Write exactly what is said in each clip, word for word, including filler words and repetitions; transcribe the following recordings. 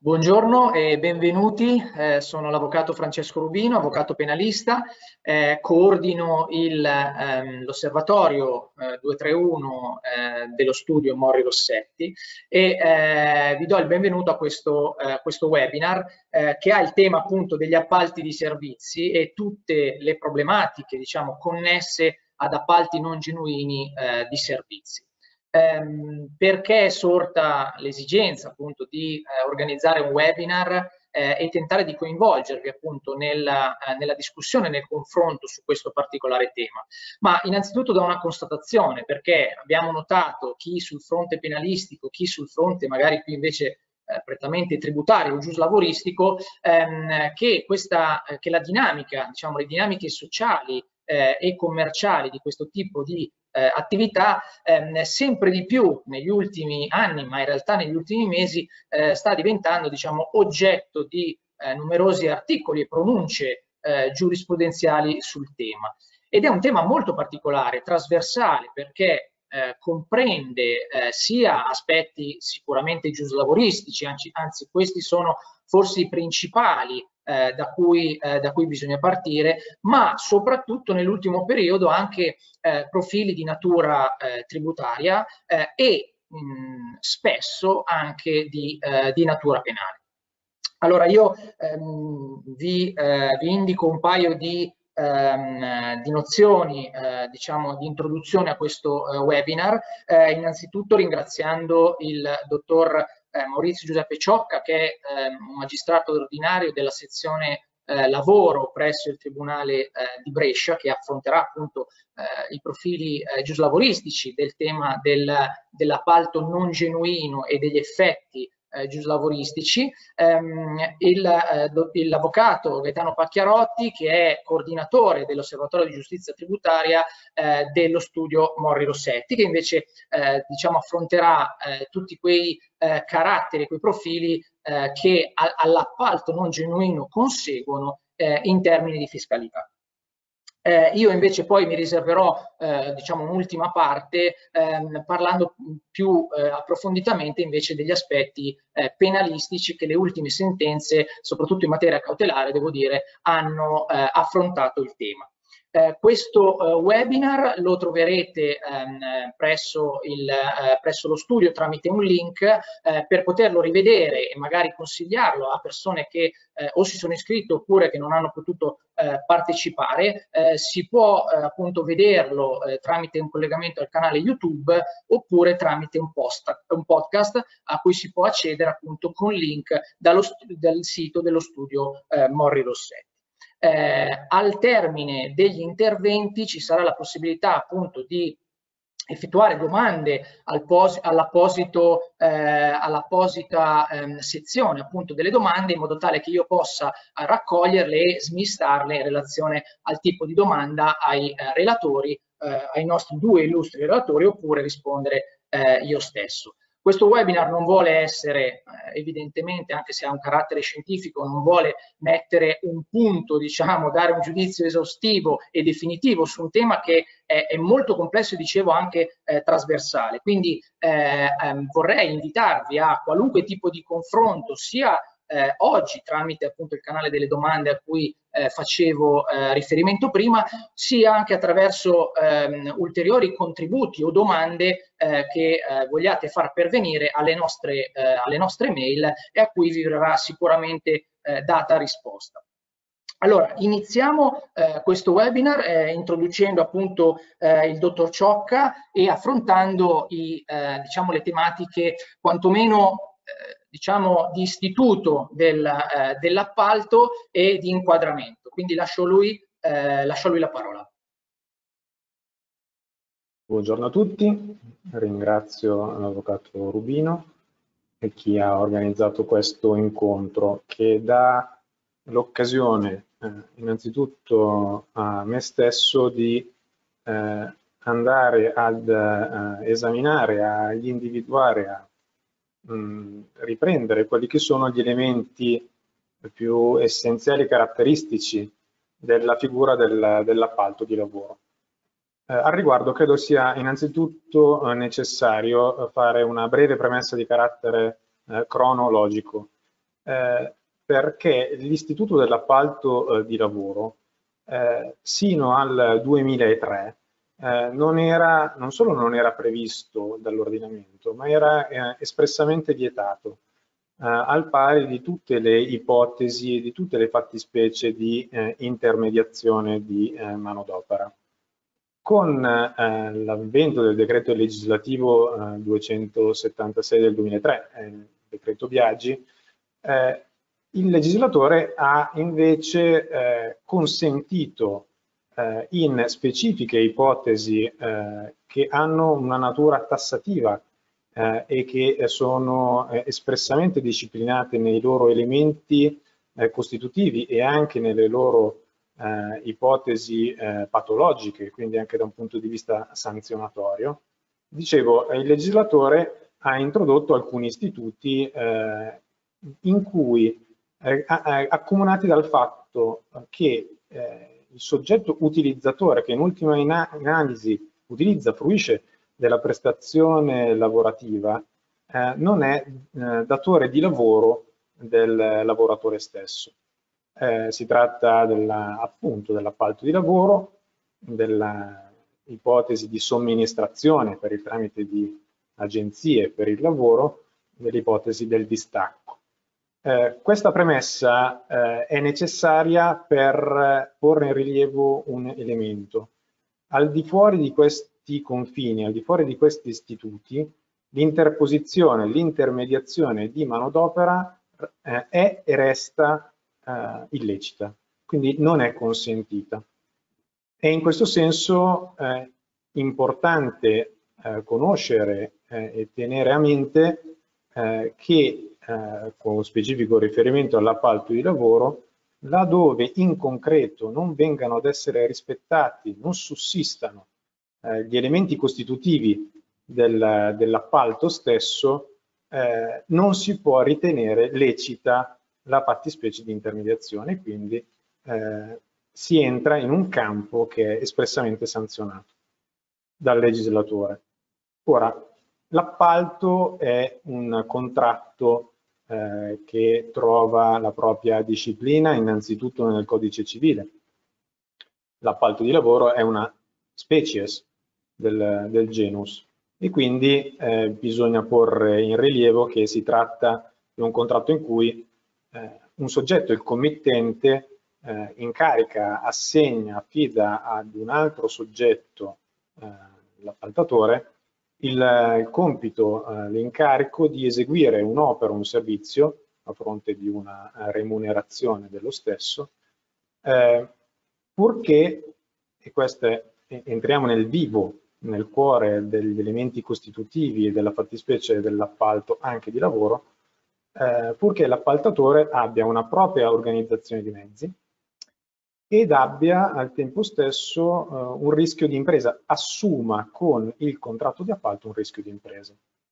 Buongiorno e benvenuti, eh, sono l'avvocato Francesco Rubino, avvocato penalista, eh, coordino ehm, l'osservatorio eh, duecentotrentuno eh, dello studio Morri Rossetti e eh, vi do il benvenuto a questo, eh, questo webinar eh, che ha il tema appunto degli appalti di servizi e tutte le problematiche, diciamo, connesse ad appalti non genuini eh, di servizi. Ehm, perché è sorta l'esigenza appunto di eh, organizzare un webinar eh, e tentare di coinvolgervi appunto nella, eh, nella discussione, nel confronto su questo particolare tema? Ma innanzitutto da una constatazione, perché abbiamo notato chi sul fronte penalistico, chi sul fronte magari più invece eh, prettamente tributario o giuslavoristico, ehm, che, questa, eh, che la dinamica, diciamo le dinamiche sociali eh, e commerciali di questo tipo di Eh, attività ehm, sempre di più negli ultimi anni, ma in realtà negli ultimi mesi, eh, sta diventando, diciamo, oggetto di eh, numerosi articoli e pronunce eh, giurisprudenziali sul tema. Ed è un tema molto particolare, trasversale, perché eh, comprende eh, sia aspetti sicuramente giuslavoristici, anzi, anzi questi sono forse i principali eh, da, cui, eh, da cui bisogna partire, ma soprattutto nell'ultimo periodo anche eh, profili di natura eh, tributaria eh, e mh, spesso anche di, eh, di natura penale. Allora io ehm, vi, eh, vi indico un paio di, ehm, di nozioni, eh, diciamo, di introduzione a questo eh, webinar, eh, innanzitutto ringraziando il dottor eh, Maurizio Giuseppe Ciocca, che è eh, un magistrato ordinario della sezione eh, lavoro presso il Tribunale eh, di Brescia, che affronterà appunto eh, i profili eh, giuslavoristici del tema del, dell'appalto non genuino e degli effetti Eh, giuslavoristici, ehm, l'avvocato Gaetano Pacchiarotti, che è coordinatore dell'Osservatorio di Giustizia Tributaria eh, dello studio Morri Rossetti, che invece eh, diciamo, affronterà eh, tutti quei eh, caratteri, quei profili eh, che all'appalto non genuino conseguono eh, in termini di fiscalità. Eh, io invece poi mi riserverò eh, diciamo un'ultima parte ehm, parlando più eh, approfonditamente invece degli aspetti eh, penalistici che le ultime sentenze, soprattutto in materia cautelare, devo dire, hanno eh, affrontato il tema. Eh, questo eh, webinar lo troverete ehm, presso, il, eh, presso lo studio tramite un link eh, per poterlo rivedere e magari consigliarlo a persone che eh, o si sono iscritte oppure che non hanno potuto eh, partecipare. Eh, si può eh, appunto vederlo eh, tramite un collegamento al canale YouTube oppure tramite un, post, un podcast a cui si può accedere appunto con link dallo, dal sito dello studio eh, Morri Rossetti. Eh, al termine degli interventi ci sarà la possibilità appunto di effettuare domande al all'apposito eh, all'apposita ehm, sezione appunto delle domande, in modo tale che io possa eh, raccoglierle e smistarle in relazione al tipo di domanda ai eh, relatori, eh, ai nostri due illustri relatori, oppure rispondere eh, io stesso. Questo webinar non vuole essere, eh, evidentemente, anche se ha un carattere scientifico, non vuole mettere un punto, diciamo, dare un giudizio esaustivo e definitivo su un tema che è, è molto complesso e dicevo anche eh, trasversale. Quindi eh, ehm, vorrei invitarvi a qualunque tipo di confronto, sia eh, oggi tramite appunto il canale delle domande a cui eh, facevo eh, riferimento prima, sia anche attraverso ehm, ulteriori contributi o domande eh, che eh, vogliate far pervenire alle nostre, eh, alle nostre mail e a cui vi verrà sicuramente eh, data risposta. Allora, iniziamo eh, questo webinar eh, introducendo appunto eh, il dottor Ciocca e affrontando i, eh, diciamo, le tematiche quantomeno eh, diciamo, di istituto del, eh, dell'appalto e di inquadramento. Quindi lascio lui, eh, lascio lui la parola. Buongiorno a tutti, ringrazio l'avvocato Rubino e chi ha organizzato questo incontro che dà l'occasione eh, innanzitutto a me stesso di eh, andare ad eh, esaminare, ad individuare, a mh, riprendere quelli che sono gli elementi più essenziali e caratteristici della figura del, dell'appalto di lavoro. Eh, al riguardo credo sia innanzitutto eh, necessario fare una breve premessa di carattere eh, cronologico. eh, perché l'istituto dell'appalto eh, di lavoro eh, sino al duemilatré eh, non, era, non solo non era previsto dall'ordinamento, ma era eh, espressamente vietato, eh, al pari di tutte le ipotesi e di tutte le fattispecie di eh, intermediazione di eh, manodopera. Con eh, l'avvento del decreto legislativo eh, duecentosettantasei del duemilatré, eh, il decreto Biagi, eh, il legislatore ha invece eh, consentito eh, in specifiche ipotesi eh, che hanno una natura tassativa eh, e che sono eh, espressamente disciplinate nei loro elementi eh, costitutivi e anche nelle loro eh, ipotesi eh, patologiche, quindi anche da un punto di vista sanzionatorio. Dicevo, il legislatore ha introdotto alcuni istituti eh, in cui eh, accomunati dal fatto che eh, il soggetto utilizzatore, che in ultima analisi utilizza, fruisce della prestazione lavorativa, eh, non è eh, datore di lavoro del lavoratore stesso. Eh, si tratta della, appunto dell'appalto di lavoro, dell'ipotesi di somministrazione per il tramite di agenzie per il lavoro, dell'ipotesi del distacco. Eh, questa premessa eh, è necessaria per porre in rilievo un elemento. Al di fuori di questi confini, al di fuori di questi istituti, l'interposizione, l'intermediazione di manodopera eh, è e resta eh, illecita, quindi non è consentita. È in questo senso eh, importante eh, conoscere eh, e tenere a mente eh, che eh, con specifico riferimento all'appalto di lavoro, laddove in concreto non vengano ad essere rispettati, non sussistano eh, gli elementi costitutivi del, dell'appalto stesso, eh, non si può ritenere lecita la fattispecie di intermediazione, quindi eh, si entra in un campo che è espressamente sanzionato dal legislatore. Ora, l'appalto è un contratto eh, che trova la propria disciplina innanzitutto nel codice civile. L'appalto di lavoro è una species del, del genus e quindi eh, bisogna porre in rilievo che si tratta di un contratto in cui eh, un soggetto, il committente, eh, incarica, assegna, affida ad un altro soggetto, eh, l'appaltatore, il, il compito, eh, l'incarico di eseguire un'opera, un servizio a fronte di una remunerazione dello stesso, eh, purché, e queste entriamo nel vivo, nel cuore degli elementi costitutivi e della fattispecie dell'appalto anche di lavoro, eh, purché l'appaltatore abbia una propria organizzazione di mezzi ed abbia al tempo stesso eh, un rischio di impresa, assuma con il contratto di appalto un rischio di impresa.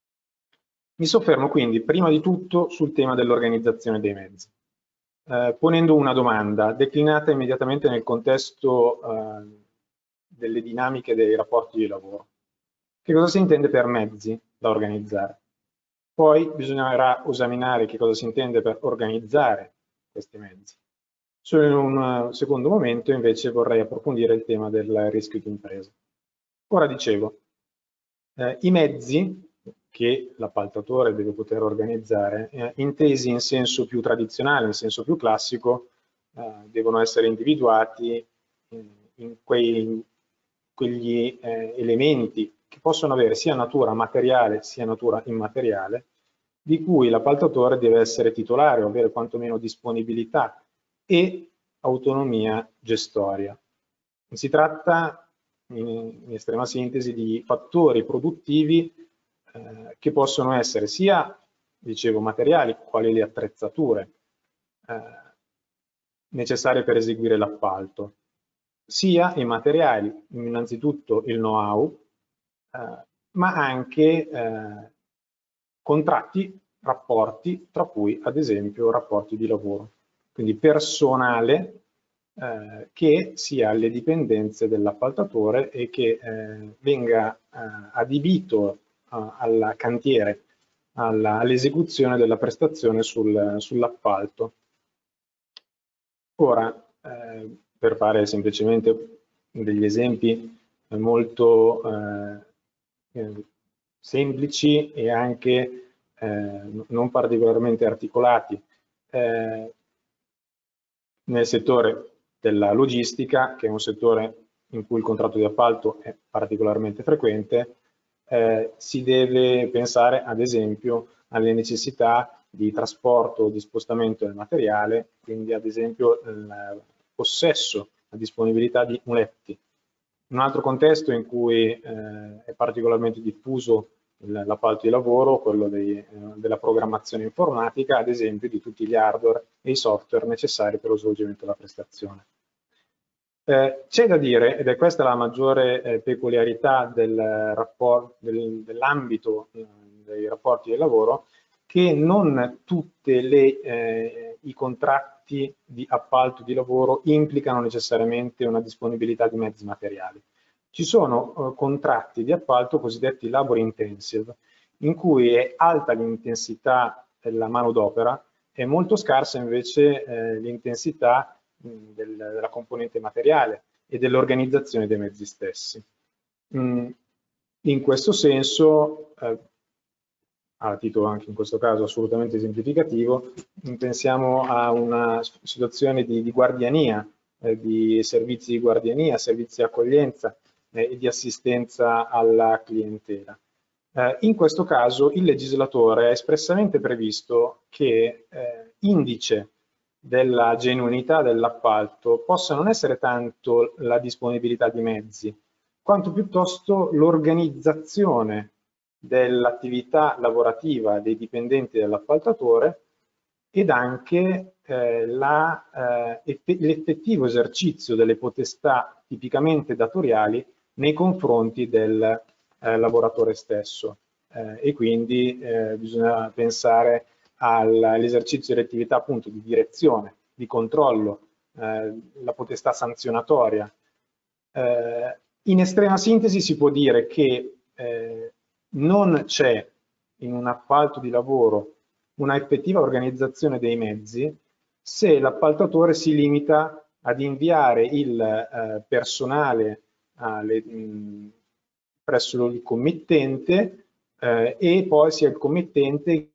Mi soffermo quindi prima di tutto sul tema dell'organizzazione dei mezzi, eh, ponendo una domanda declinata immediatamente nel contesto eh, delle dinamiche dei rapporti di lavoro. Che cosa si intende per mezzi da organizzare? Poi bisognerà esaminare che cosa si intende per organizzare questi mezzi. Solo in un secondo momento invece vorrei approfondire il tema del rischio di impresa. Ora dicevo, eh, i mezzi che l'appaltatore deve poter organizzare, eh, intesi in senso più tradizionale, in senso più classico, eh, devono essere individuati in, in quei, quegli eh, elementi che possono avere sia natura materiale sia natura immateriale, di cui l'appaltatore deve essere titolare o avere quantomeno disponibilità e autonomia gestoria. Si tratta, in, in estrema sintesi, di fattori produttivi eh, che possono essere sia, dicevo, materiali, quali le attrezzature eh, necessarie per eseguire l'appalto, sia immateriali, innanzitutto il know-how, eh, ma anche eh, contratti, rapporti, tra cui ad esempio rapporti di lavoro. Quindi personale eh, che sia alle dipendenze dell'appaltatore e che eh, venga eh, adibito eh, al cantiere all'esecuzione della prestazione sul, sull'appalto. Ora, eh, per fare semplicemente degli esempi molto eh, eh, semplici e anche eh, non particolarmente articolati, eh, nel settore della logistica, che è un settore in cui il contratto di appalto è particolarmente frequente, eh, si deve pensare ad esempio alle necessità di trasporto o di spostamento del materiale, quindi ad esempio il possesso, la disponibilità di muletti. Un altro contesto in cui eh, è particolarmente diffuso l'appalto di lavoro, quello dei, eh, della programmazione informatica, ad esempio di tutti gli hardware e i software necessari per lo svolgimento della prestazione. Eh, C'è da dire, ed è questa la maggiore eh, peculiarità del rapport, del, dell'ambito eh, dei rapporti di lavoro, che non tutti eh, i contratti di appalto di lavoro implicano necessariamente una disponibilità di mezzi materiali. Ci sono eh, contratti di appalto cosiddetti labor intensive, in cui è alta l'intensità della manodopera e molto scarsa invece eh, l'intensità del, della componente materiale e dell'organizzazione dei mezzi stessi. Mm, in questo senso, eh, a titolo anche in questo caso assolutamente esemplificativo, pensiamo a una situazione di, di guardiania, eh, di servizi di guardiania, servizi di accoglienza eh, e di assistenza alla clientela. Eh, in questo caso il legislatore ha espressamente previsto che eh, indice della genuinità dell'appalto possa non essere tanto la disponibilità di mezzi, quanto piuttosto l'organizzazione dell'attività lavorativa dei dipendenti dell'appaltatore ed anche eh, l'effettivo esercizio delle potestà tipicamente datoriali nei confronti del eh, lavoratore stesso. Eh, e quindi eh, bisogna pensare all'esercizio delle attività appunto di direzione, di controllo, eh, la potestà sanzionatoria. Eh, in estrema sintesi si può dire che eh, non c'è in un appalto di lavoro una effettiva organizzazione dei mezzi se l'appaltatore si limita ad inviare il eh, personale alle, mh, presso il committente eh, e poi sia il committente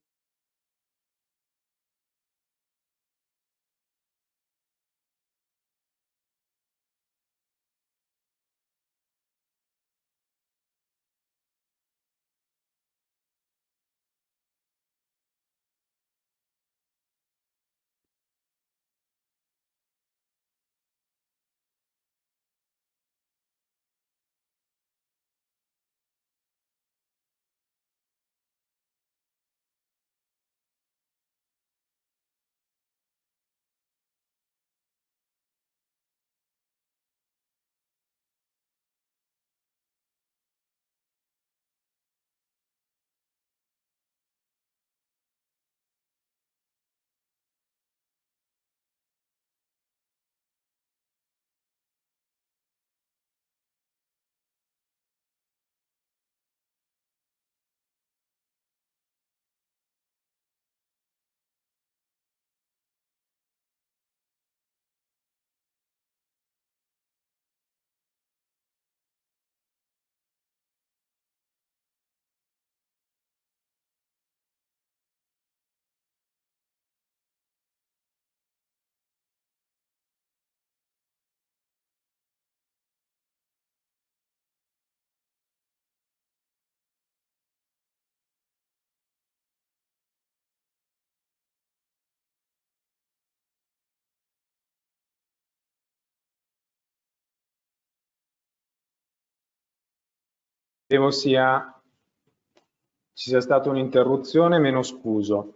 Temo sia, ci sia stata un'interruzione, me ne scuso.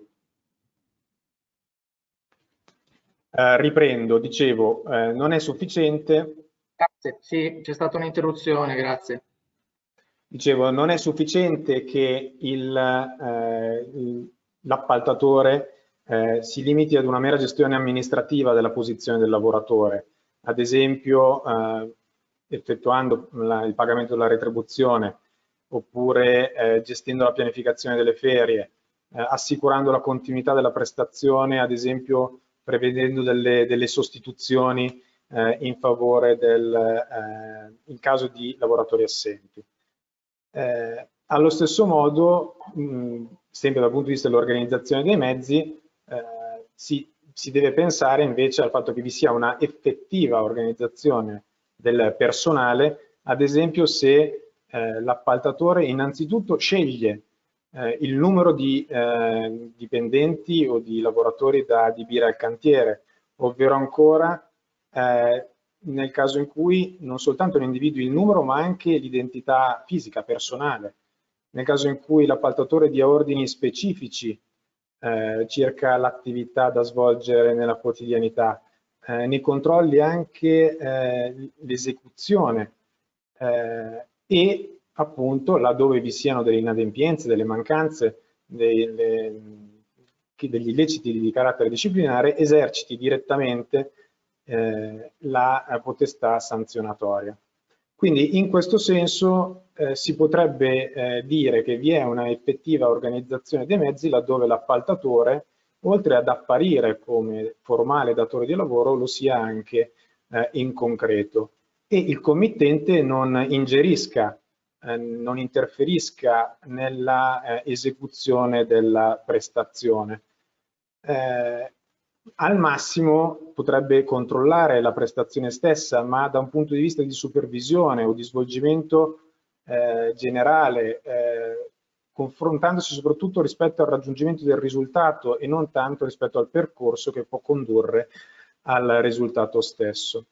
Eh, riprendo, dicevo, eh, non è sufficiente. Grazie, sì, c'è stata un'interruzione, grazie. Dicevo, non è sufficiente che eh, l'appaltatore eh, si limiti ad una mera gestione amministrativa della posizione del lavoratore, ad esempio eh, effettuando la, il pagamento della retribuzione, oppure eh, gestendo la pianificazione delle ferie, assicurando la continuità della prestazione, ad esempio prevedendo delle, delle sostituzioni eh, in favore del, eh, in caso di lavoratori assenti. Eh, allo stesso modo, mh, sempre dal punto di vista dell'organizzazione dei mezzi, eh, si, si deve pensare invece al fatto che vi sia una effettiva organizzazione del personale, ad esempio se eh, l'appaltatore innanzitutto sceglie eh, il numero di eh, dipendenti o di lavoratori da adibire al cantiere, ovvero ancora eh, nel caso in cui non soltanto ne individui il numero ma anche l'identità fisica, personale, nel caso in cui l'appaltatore dia ordini specifici eh, circa l'attività da svolgere nella quotidianità, eh, ne controlli anche eh, l'esecuzione eh, e appunto laddove vi siano delle inadempienze, delle mancanze, delle, degli illeciti di carattere disciplinare, eserciti direttamente eh, la potestà sanzionatoria. Quindi in questo senso eh, si potrebbe eh, dire che vi è una effettiva organizzazione dei mezzi laddove l'appaltatore, oltre ad apparire come formale datore di lavoro, lo sia anche eh, in concreto e il committente non ingerisca, eh, non interferisca nella eh, esecuzione della prestazione. Eh, al massimo potrebbe controllare la prestazione stessa, ma da un punto di vista di supervisione o di svolgimento eh, generale, eh, confrontandosi soprattutto rispetto al raggiungimento del risultato e non tanto rispetto al percorso che può condurre al risultato stesso.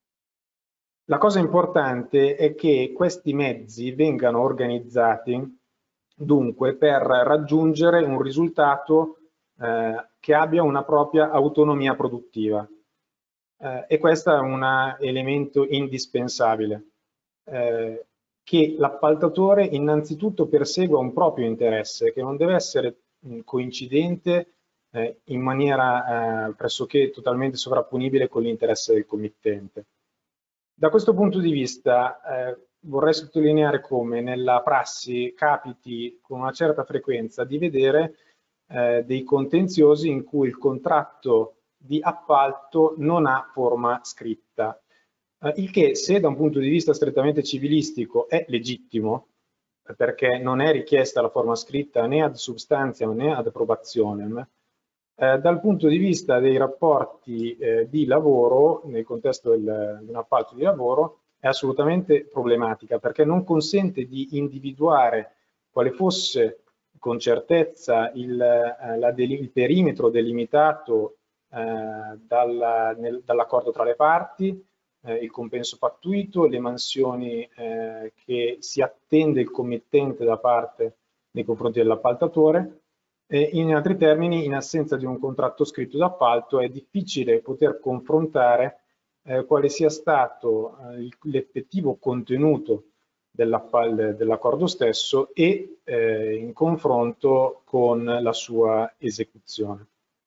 La cosa importante è che questi mezzi vengano organizzati dunque per raggiungere un risultato eh, che abbia una propria autonomia produttiva eh, e questo è un elemento indispensabile, eh, che l'appaltatore innanzitutto persegua un proprio interesse che non deve essere mh, coincidente eh, in maniera eh, pressoché totalmente sovrapponibile con l'interesse del committente. Da questo punto di vista eh, vorrei sottolineare come nella prassi capiti con una certa frequenza di vedere eh, dei contenziosi in cui il contratto di appalto non ha forma scritta, eh, il che se da un punto di vista strettamente civilistico è legittimo, perché non è richiesta la forma scritta né ad substantiam né ad approbationem, Eh, dal punto di vista dei rapporti eh, di lavoro, nel contesto del, di un appalto di lavoro, è assolutamente problematica perché non consente di individuare quale fosse con certezza il, eh, la, il perimetro delimitato eh, dall'accordo tra le parti, eh, il compenso pattuito, le mansioni eh, che si attende il committente da parte nei confronti dell'appaltatore. In altri termini, in assenza di un contratto scritto d'appalto è difficile poter confrontare eh, quale sia stato eh, l'effettivo contenuto dell'accordo stesso e eh, in confronto con la sua esecuzione.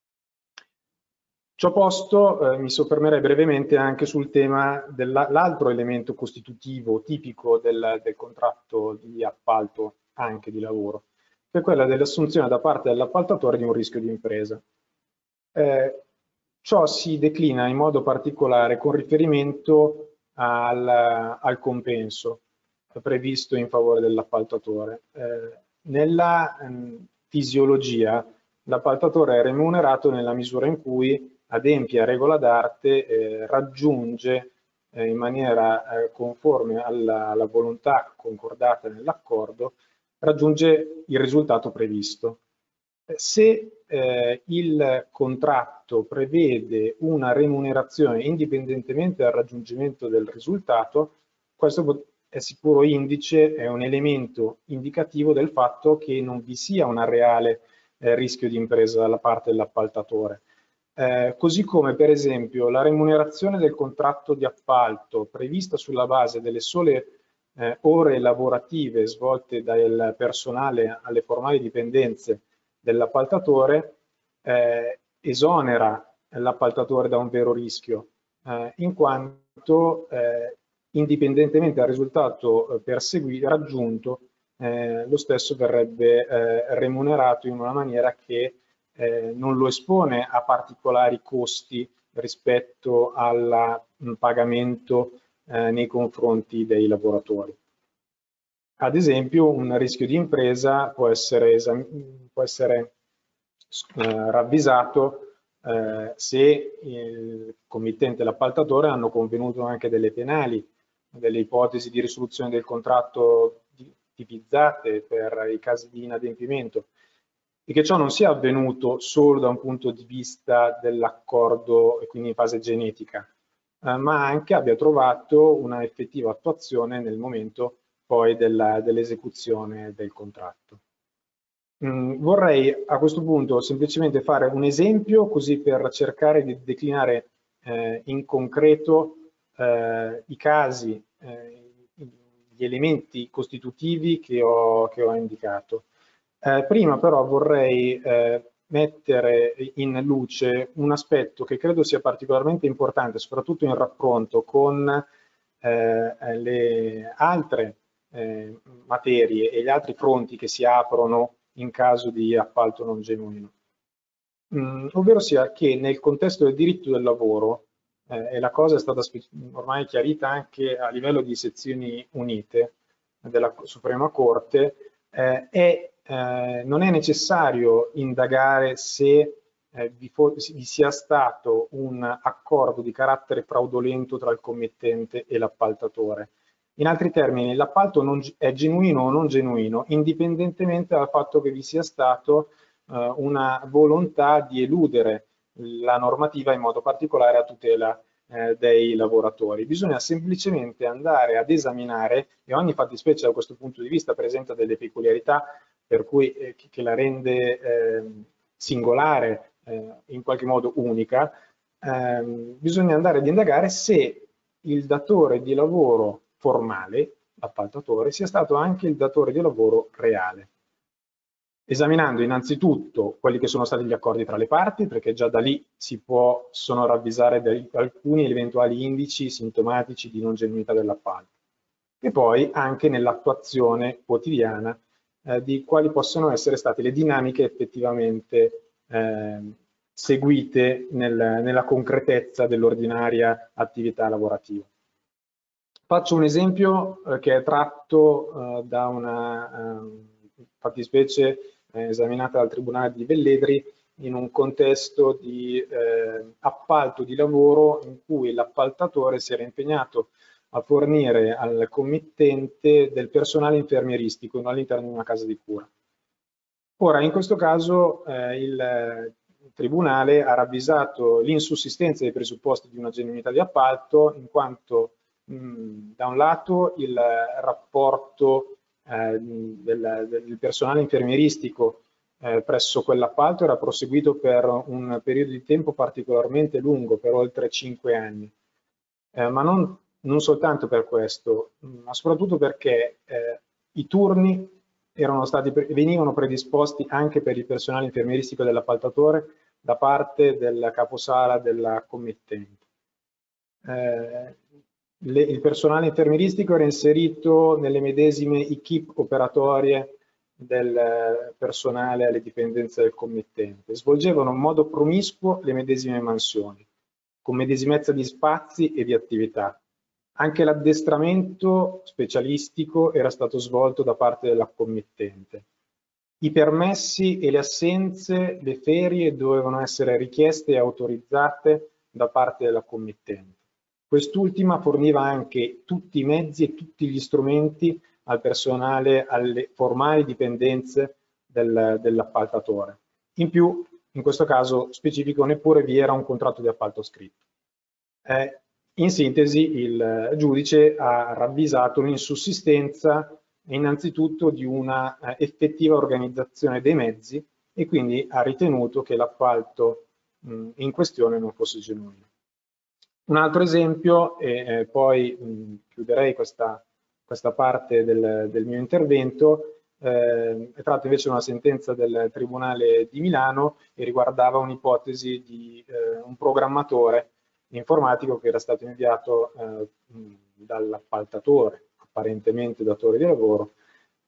Ciò posto, eh, mi soffermerei brevemente anche sul tema dell'altro elemento costitutivo tipico del, del contratto di appalto anche di lavoro, che è quella dell'assunzione da parte dell'appaltatore di un rischio di impresa. Eh, ciò si declina in modo particolare con riferimento al, al compenso previsto in favore dell'appaltatore. Eh, nella mh, fisiologia l'appaltatore è remunerato nella misura in cui adempie a regola d'arte, eh, raggiunge eh, in maniera eh, conforme alla, alla volontà concordata nell'accordo, raggiunge il risultato previsto. Se eh, il contratto prevede una remunerazione indipendentemente dal raggiungimento del risultato, questo è sicuro indice, è un elemento indicativo del fatto che non vi sia un reale eh, rischio di impresa dalla parte dell'appaltatore. Eh, così come per esempio la remunerazione del contratto di appalto prevista sulla base delle sole Eh, ore lavorative svolte dal personale alle formali dipendenze dell'appaltatore eh, esonera l'appaltatore da un vero rischio, eh, in quanto eh, indipendentemente dal risultato eh, perseguito, raggiunto, eh, lo stesso verrebbe eh, remunerato in una maniera che eh, non lo espone a particolari costi rispetto al pagamento eh, nei confronti dei lavoratori. Ad esempio, un rischio di impresa può essere, può essere eh, ravvisato eh, se il committente e l'appaltatore hanno convenuto anche delle penali, delle ipotesi di risoluzione del contratto tipizzate per i casi di inadempimento, e che ciò non sia avvenuto solo da un punto di vista dell'accordo e quindi in fase genetica, eh, ma anche abbia trovato una effettiva attuazione nel momento poi dell'esecuzione del contratto. Mm, vorrei a questo punto semplicemente fare un esempio così per cercare di declinare eh, in concreto eh, i casi, eh, gli elementi costitutivi che ho, che ho indicato. Eh, prima però vorrei eh, mettere in luce un aspetto che credo sia particolarmente importante, soprattutto in raffronto con eh, le altre eh, materie e gli altri fronti che si aprono in caso di appalto non genuino. Mm, ovvero sia che nel contesto del diritto del lavoro, eh, e la cosa è stata ormai chiarita anche a livello di sezioni unite della Suprema Corte, eh, è, eh, non è necessario indagare se eh, vi, vi sia stato un accordo di carattere fraudolento tra il committente e l'appaltatore. In altri termini, l'appalto è genuino o non genuino, indipendentemente dal fatto che vi sia stato eh, una volontà di eludere la normativa in modo particolare a tutela eh, dei lavoratori. Bisogna semplicemente andare ad esaminare, e ogni fattispecie da questo punto di vista presenta delle peculiarità per cui, eh, che la rende eh, singolare, eh, in qualche modo unica, eh, bisogna andare ad indagare se il datore di lavoro formale, l'appaltatore, sia stato anche il datore di lavoro reale, esaminando innanzitutto quelli che sono stati gli accordi tra le parti, perché già da lì si possono ravvisare dei, alcuni eventuali indici sintomatici di non genuinità dell'appalto, e poi anche nell'attuazione quotidiana eh, di quali possono essere state le dinamiche effettivamente eh, seguite nel, nella concretezza dell'ordinaria attività lavorativa. Faccio un esempio eh, che è tratto eh, da una eh, fattispecie eh, esaminata dal Tribunale di Velledri in un contesto di eh, appalto di lavoro in cui l'appaltatore si era impegnato a fornire al committente del personale infermieristico all'interno di una casa di cura. Ora, in questo caso eh, il Tribunale ha ravvisato l'insussistenza dei presupposti di una genuinità di appalto, in quanto da un lato il rapporto eh, del, del personale infermieristico eh, presso quell'appalto era proseguito per un periodo di tempo particolarmente lungo, per oltre cinque anni, eh, ma non, non soltanto per questo, ma soprattutto perché eh, i turni erano stati, venivano predisposti anche per il personale infermieristico dell'appaltatore da parte del caposala della committente. Eh, Le, il personale infermieristico era inserito nelle medesime equip operatorie del personale alle dipendenze del committente, svolgevano in modo promiscuo le medesime mansioni, con medesimezza di spazi e di attività. Anche l'addestramento specialistico era stato svolto da parte della committente. I permessi e le assenze, le ferie dovevano essere richieste e autorizzate da parte della committente. Quest'ultima forniva anche tutti i mezzi e tutti gli strumenti al personale, alle formali dipendenze del, dell'appaltatore. In più, in questo caso specifico, neppure vi era un contratto di appalto scritto. Eh, in sintesi, il giudice ha ravvisato l'insussistenza innanzitutto di una eh, effettiva organizzazione dei mezzi e quindi ha ritenuto che l'appalto in questione non fosse genuino. Un altro esempio, e eh, poi mh, chiuderei questa, questa parte del, del mio intervento, eh, è tratto invece da una sentenza del Tribunale di Milano e riguardava un'ipotesi di eh, un programmatore informatico che era stato inviato eh, dall'appaltatore, apparentemente datore di lavoro,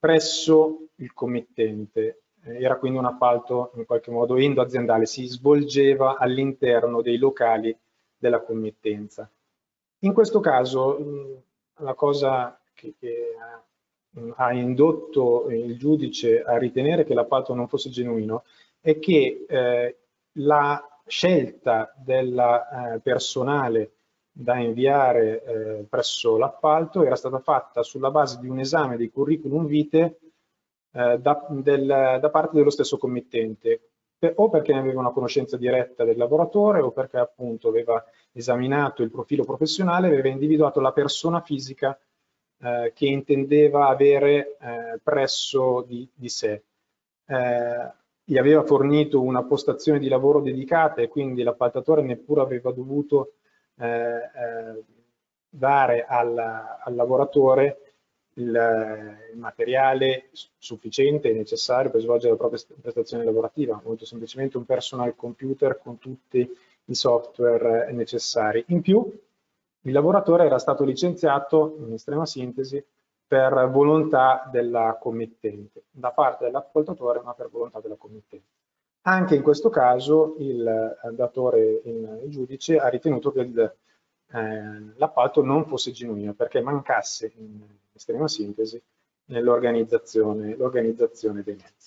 presso il committente. Era quindi un appalto in qualche modo endoaziendale, si svolgeva all'interno dei locali della committenza. In questo caso mh, la cosa che, che mh, ha indotto il giudice a ritenere che l'appalto non fosse genuino è che eh, la scelta del eh, personale da inviare eh, presso l'appalto era stata fatta sulla base di un esame dei curriculum vitae eh, da, del, da parte dello stesso committente, per, o perché ne aveva una conoscenza diretta del lavoratore o perché appunto aveva esaminato il profilo professionale, aveva individuato la persona fisica eh, che intendeva avere eh, presso di, di sé. Eh, gli aveva fornito una postazione di lavoro dedicata e quindi l'appaltatore neppure aveva dovuto eh, eh, dare al, al lavoratore il, il materiale sufficiente e necessario per svolgere la propria prestazione lavorativa, molto semplicemente un personal computer con tutti i software necessari. In più, il lavoratore era stato licenziato, in estrema sintesi, per volontà della committente, da parte dell'appaltatore, ma per volontà della committente. Anche in questo caso il datore, il giudice, ha ritenuto che eh, l'appalto non fosse genuino perché mancasse, in estrema sintesi, nell'organizzazione l'organizzazione dei mezzi.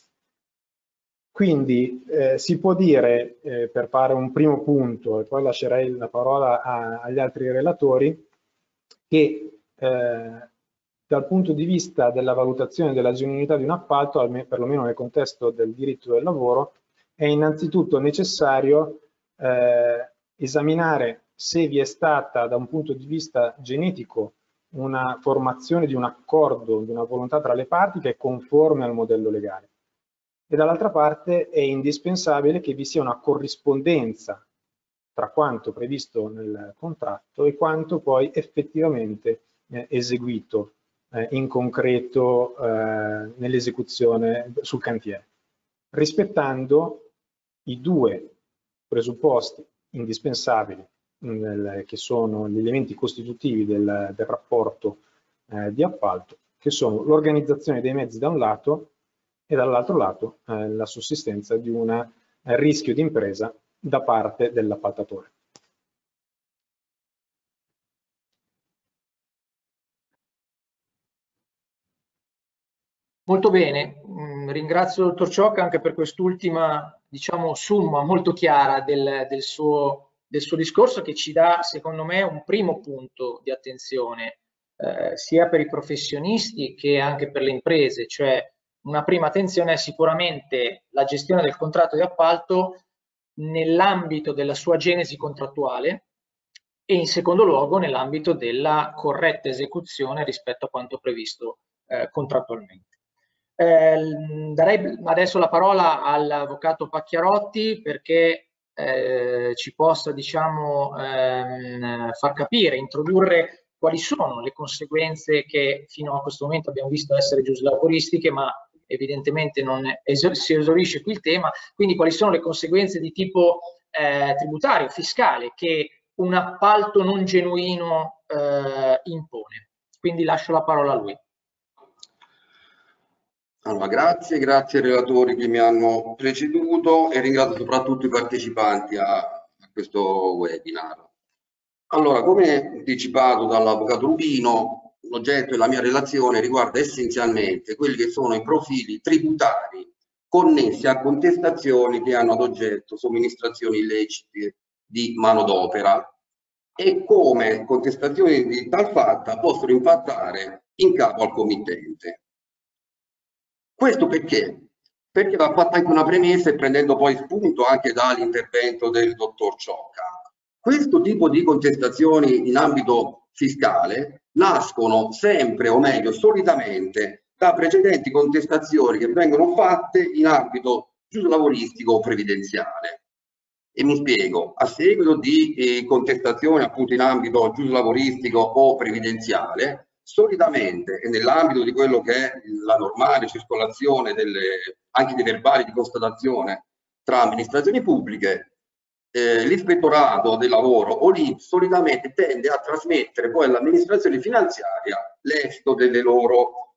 Quindi eh, si può dire, eh, per fare un primo punto, e poi lascerei la parola a, agli altri relatori, che eh, dal punto di vista della valutazione della genuinità di un appalto, almeno, perlomeno nel contesto del diritto del lavoro, è innanzitutto necessario eh, esaminare se vi è stata da un punto di vista genetico una formazione di un accordo, di una volontà tra le parti che è conforme al modello legale. E dall'altra parte è indispensabile che vi sia una corrispondenza tra quanto previsto nel contratto e quanto poi effettivamente eh, eseguito eh, in concreto eh, nell'esecuzione sul cantiere, rispettando i due presupposti indispensabili nel, che sono gli elementi costitutivi del, del rapporto eh, di appalto, che sono l'organizzazione dei mezzi da un lato e dall'altro lato eh, la sussistenza di un eh, rischio di impresa da parte dell'appaltatore. Molto bene, mm, ringrazio il dottor Ciocca anche per quest'ultima, diciamo, summa molto chiara del, del, suo, del suo discorso, che ci dà, secondo me, un primo punto di attenzione, eh, sia per i professionisti che anche per le imprese, cioè una prima attenzione è sicuramente la gestione del contratto di appalto nell'ambito della sua genesi contrattuale e in secondo luogo nell'ambito della corretta esecuzione rispetto a quanto previsto eh, contrattualmente. Eh, darei adesso la parola all'avvocato Pacchiarotti perché eh, ci possa, diciamo, ehm, far capire, introdurre quali sono le conseguenze che fino a questo momento abbiamo visto essere giuslavoristiche, ma evidentemente non es- si esaurisce qui il tema, quindi quali sono le conseguenze di tipo eh, tributario, fiscale, che un appalto non genuino eh, impone. Quindi lascio la parola a lui. Allora, grazie, grazie ai relatori che mi hanno preceduto e ringrazio soprattutto i partecipanti a, a questo webinar. Allora, come anticipato dall'avvocato Rubino, l'oggetto della mia relazione riguarda essenzialmente quelli che sono i profili tributari connessi a contestazioni che hanno ad oggetto somministrazioni illecite di manodopera e come contestazioni di tal fatta possono impattare in capo al committente. Questo perché? Perché va fatta anche una premessa e prendendo poi spunto anche dall'intervento del dottor Ciocca. Questo tipo di contestazioni in ambito fiscale nascono sempre, o meglio, solitamente, da precedenti contestazioni che vengono fatte in ambito giuslavoristico o previdenziale. E mi spiego, a seguito di eh, contestazioni appunto in ambito giuslavoristico o previdenziale, solitamente e nell'ambito di quello che è la normale circolazione delle, anche dei verbali di constatazione tra amministrazioni pubbliche, eh, l'ispettorato del lavoro o l'I N P S solitamente tende a trasmettere poi all'amministrazione finanziaria l'esito delle loro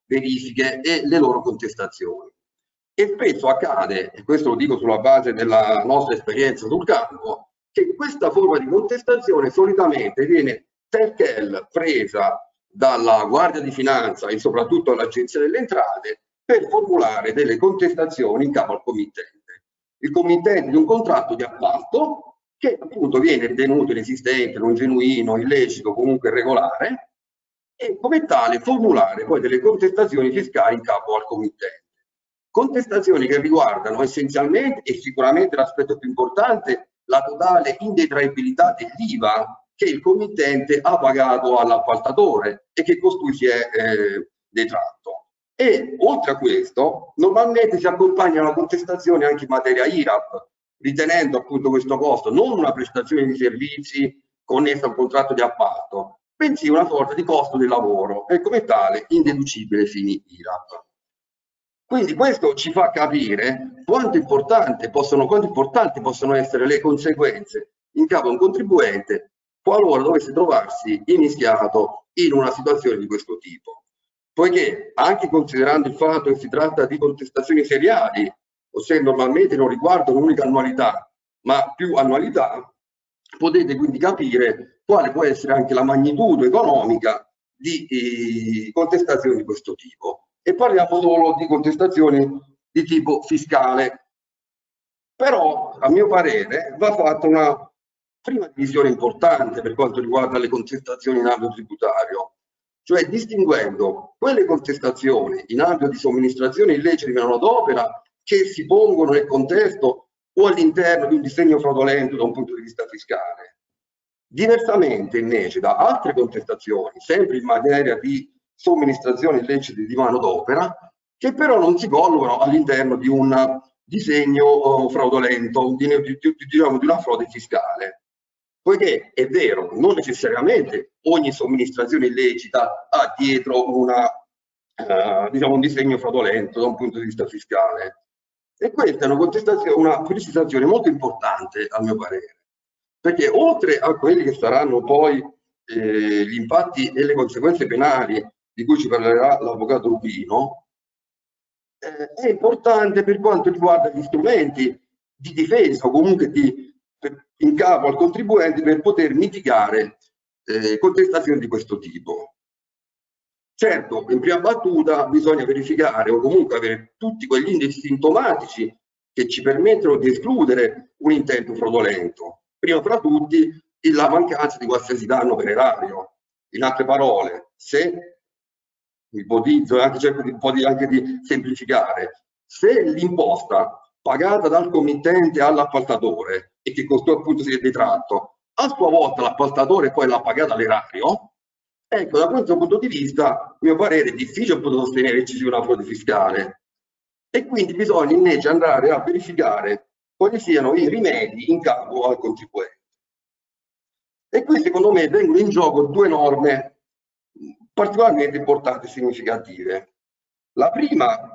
verifiche e le loro contestazioni. E spesso accade, e questo lo dico sulla base della nostra esperienza sul campo, che questa forma di contestazione solitamente viene tel quel presa dalla Guardia di Finanza e soprattutto dall'Agenzia delle Entrate per formulare delle contestazioni in capo al committente. Il committente di un contratto di appalto che appunto viene ritenuto inesistente, non genuino, illecito, comunque irregolare, e come tale formulare poi delle contestazioni fiscali in capo al committente. Contestazioni che riguardano essenzialmente e sicuramente l'aspetto più importante, la totale indetraibilità dell'I V A che il committente ha pagato all'appaltatore e che costui si è eh, detratto. E oltre a questo, normalmente si accompagna la contestazione anche in materia I R A P, ritenendo appunto questo costo non una prestazione di servizi connessa a un contratto di appalto, bensì una sorta di costo del lavoro e come tale indeducibile ai fini I R A P. Quindi questo ci fa capire quanto, importante possono, quanto importanti possono essere le conseguenze in capo a un contribuente qualora dovesse trovarsi innischiato in una situazione di questo tipo. Poiché anche considerando il fatto che si tratta di contestazioni seriali, ossia normalmente non riguardano un'unica annualità, ma più annualità, potete quindi capire quale può essere anche la magnitudo economica di eh, contestazioni di questo tipo. E parliamo solo di contestazioni di tipo fiscale. Però, a mio parere, va fatta una prima divisione importante per quanto riguarda le contestazioni in ambito tributario, cioè distinguendo quelle contestazioni in ambito di somministrazione illecita di manodopera che si pongono nel contesto o all'interno di un disegno fraudolento da un punto di vista fiscale. Diversamente invece da altre contestazioni, sempre in materia di somministrazione illecita di manodopera, che però non si collocano all'interno di un disegno fraudolento, di, di, di, diciamo, di una frode fiscale. Poiché è vero, non necessariamente ogni somministrazione illecita ha dietro una, uh, diciamo, un disegno fraudolento da un punto di vista fiscale. E questa è una contestazione, una precisazione molto importante a mio parere, perché oltre a quelli che saranno poi eh, gli impatti e le conseguenze penali di cui ci parlerà l'avvocato Rubino, eh, è importante per quanto riguarda gli strumenti di difesa o comunque di in capo al contribuente per poter mitigare eh, contestazioni di questo tipo. Certo, in prima battuta bisogna verificare o comunque avere tutti quegli indici sintomatici che ci permettono di escludere un intento fraudolento. Prima fra tutti la mancanza di qualsiasi danno per erario. In altre parole, se, ipotizzo e anche cerco di, un po' di, anche di semplificare, se l'imposta pagata dal committente all'appaltatore e che costò appunto si è detratto, a sua volta l'appaltatore poi l'ha pagata all'erario, ecco, da questo punto di vista, a mio parere, è difficile poter sostenere che ci sia una frode fiscale e quindi bisogna invece andare a verificare quali siano i rimedi in capo al contribuente. E qui secondo me vengono in gioco due norme particolarmente importanti e significative. La prima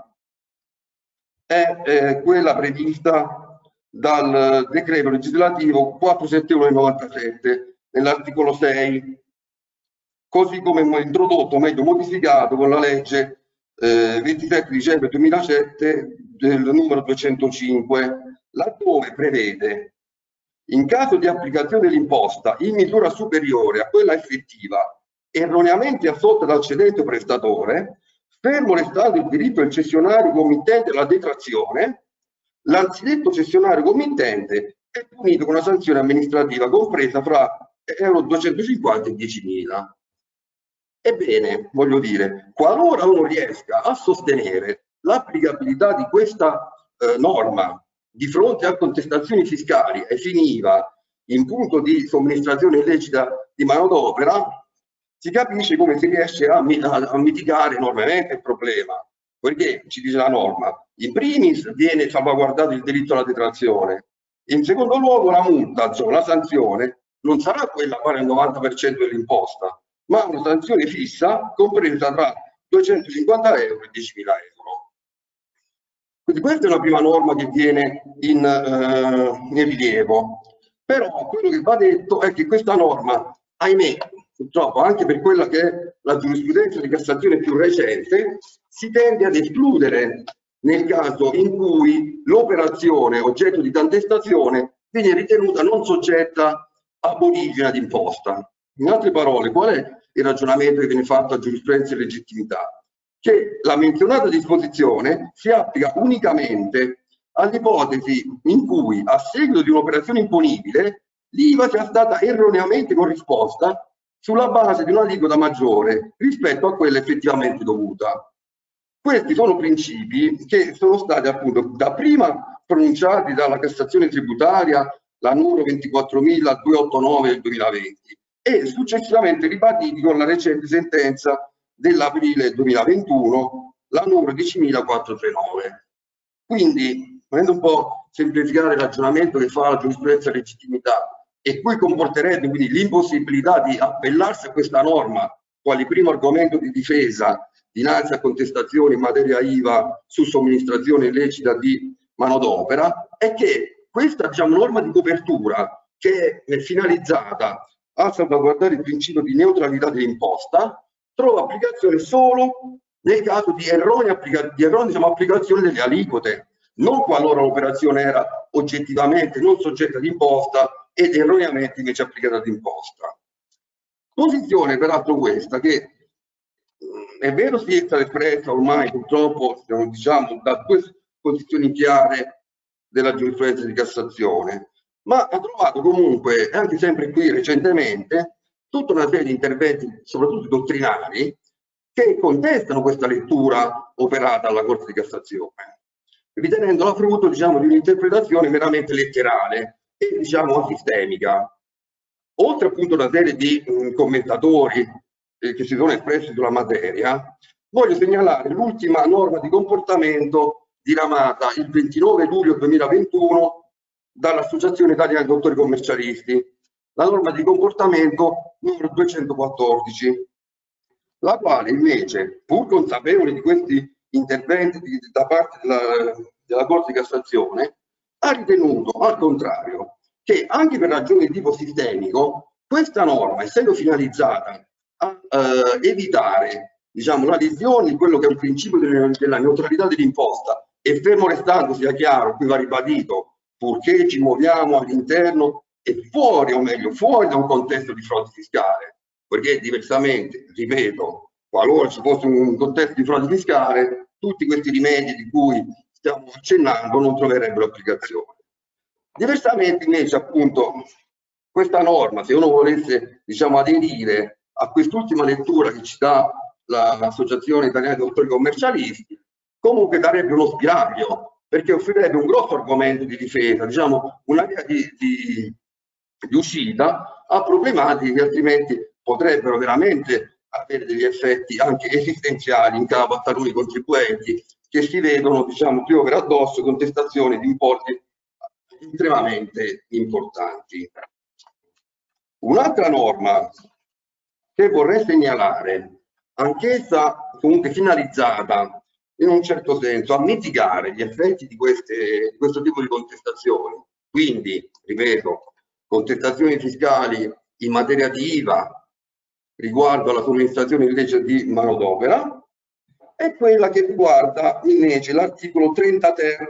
è eh, quella prevista dal decreto legislativo quattrocentosettantuno del novantasette nell'articolo sei, così come introdotto, meglio modificato con la legge eh, ventisette dicembre duemilasette del numero duecentocinque, laddove prevede in caso di applicazione dell'imposta in misura superiore a quella effettiva erroneamente assolta dal cedente prestatore, fermo restando il diritto del cessionario committente alla detrazione, l'anzidetto cessionario committente è punito con una sanzione amministrativa compresa fra euro duecentocinquanta e diecimila. Ebbene, voglio dire, qualora uno riesca a sostenere l'applicabilità di questa eh, norma di fronte a contestazioni fiscali ai fini I V A in punto di somministrazione illecita di manodopera, si capisce come si riesce a, a, a mitigare enormemente il problema, perché ci dice la norma, in primis viene salvaguardato il diritto alla detrazione, in secondo luogo la multa, cioè la sanzione, non sarà quella pari al novanta per cento dell'imposta, ma una sanzione fissa compresa tra duecentocinquanta euro e diecimila euro. Quindi questa è la prima norma che viene in, eh, in rilievo, però quello che va detto è che questa norma, ahimè, purtroppo anche per quella che è la giurisprudenza di Cassazione più recente, si tende ad escludere nel caso in cui l'operazione oggetto di contestazione viene ritenuta non soggetta a bonifica d'imposta. In altre parole, qual è il ragionamento che viene fatto a giurisprudenza e legittimità? Che la menzionata disposizione si applica unicamente all'ipotesi in cui, a seguito di un'operazione imponibile, l'I V A sia stata erroneamente corrisposta sulla base di un'aliquota maggiore rispetto a quella effettivamente dovuta. Questi sono principi che sono stati appunto dapprima pronunciati dalla Cassazione tributaria, la numero ventiquattromiladuecentoottantanove del duemilaventi, e successivamente ribaditi con la recente sentenza dell'aprile duemilaventuno, la numero diecimilaquattrocentotrentanove. Quindi, volendo un po' semplificare il ragionamento che fa la giurisprudenza di legittimità, e cui comporterebbe quindi l'impossibilità di appellarsi a questa norma quale primo argomento di difesa dinanzi a contestazioni in materia I V A su somministrazione illecita di manodopera, è che questa, diciamo, norma di copertura, che è finalizzata a salvaguardare il principio di neutralità dell'imposta, trova applicazione solo nel caso di erronea, applica di erronea diciamo, applicazione delle aliquote, non qualora l'operazione era oggettivamente non soggetta di imposta ed erroneamente invece applicata d'imposta. Posizione peraltro questa che è vero si è stata espressa ormai purtroppo diciamo, da due posizioni chiare della giurisprudenza di Cassazione, ma ha trovato comunque, anche sempre qui recentemente, tutta una serie di interventi, soprattutto dottrinari, che contestano questa lettura operata alla Corte di Cassazione, ritenendola frutto diciamo, di un'interpretazione meramente letterale e diciamo sistemica. Oltre appunto a una serie di mh, commentatori eh, che si sono espressi sulla materia, voglio segnalare l'ultima norma di comportamento diramata il ventinove luglio duemilaventuno dall'Associazione Italiana dei Dottori Commercialisti, la norma di comportamento numero duecentoquattordici, la quale invece, pur consapevole di questi interventi di, da parte della, della Corte di Cassazione, ha ritenuto al contrario che anche per ragioni di tipo sistemico questa norma, essendo finalizzata a eh, evitare diciamo, la lesione di quello che è un principio della, della neutralità dell'imposta, e fermo restando, sia chiaro, qui va ribadito, purché ci muoviamo all'interno e fuori, o meglio, fuori da un contesto di frode fiscale, perché diversamente, ripeto, qualora ci fosse un contesto di frode fiscale, tutti questi rimedi di cui stiamo accennando non troverebbero applicazione. Diversamente invece appunto questa norma, se uno volesse diciamo aderire a quest'ultima lettura che ci dà l'Associazione Italiana dei Dottori Commercialisti, comunque darebbe uno spiraglio, perché offrirebbe un grosso argomento di difesa, diciamo una via di, di, di uscita a problematiche che altrimenti potrebbero veramente avere degli effetti anche esistenziali in capo a taluni contribuenti che si vedono diciamo piovere addosso contestazioni di importi estremamente importanti. Un'altra norma che vorrei segnalare, anch'essa comunque finalizzata in un certo senso a mitigare gli effetti di, queste, di questo tipo di contestazioni, quindi, ripeto, contestazioni fiscali in materia di I V A riguardo alla somministrazione illecita di manodopera, è quella che riguarda invece l'articolo trenta ter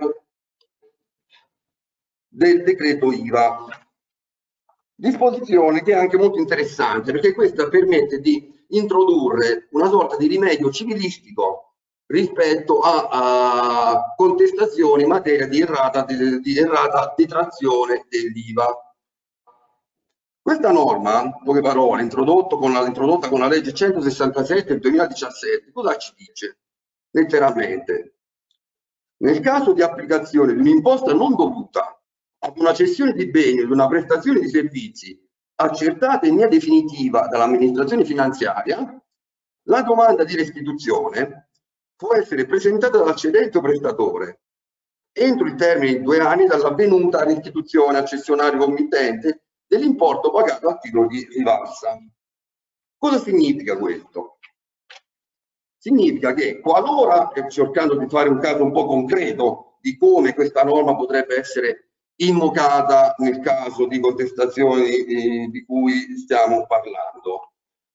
del decreto I V A. Disposizione che è anche molto interessante perché questa permette di introdurre una sorta di rimedio civilistico rispetto a, a contestazioni in materia di errata, di, di errata detrazione dell'I V A. Questa norma, in poche parole, introdotto con la, introdotta con la legge centosessantasette del duemiladiciassette, cosa ci dice? Letteralmente, nel caso di applicazione di un'imposta non dovuta ad una cessione di beni o di una prestazione di servizi accertata in via definitiva dall'amministrazione finanziaria, la domanda di restituzione può essere presentata dal cedente o prestatore entro il termine di due anni dall'avvenuta restituzione al cessionario committente dell'importo pagato a titolo di rivalsa. Cosa significa questo? Significa che qualora, cercando di fare un caso un po' concreto di come questa norma potrebbe essere invocata nel caso di contestazioni eh, di cui stiamo parlando,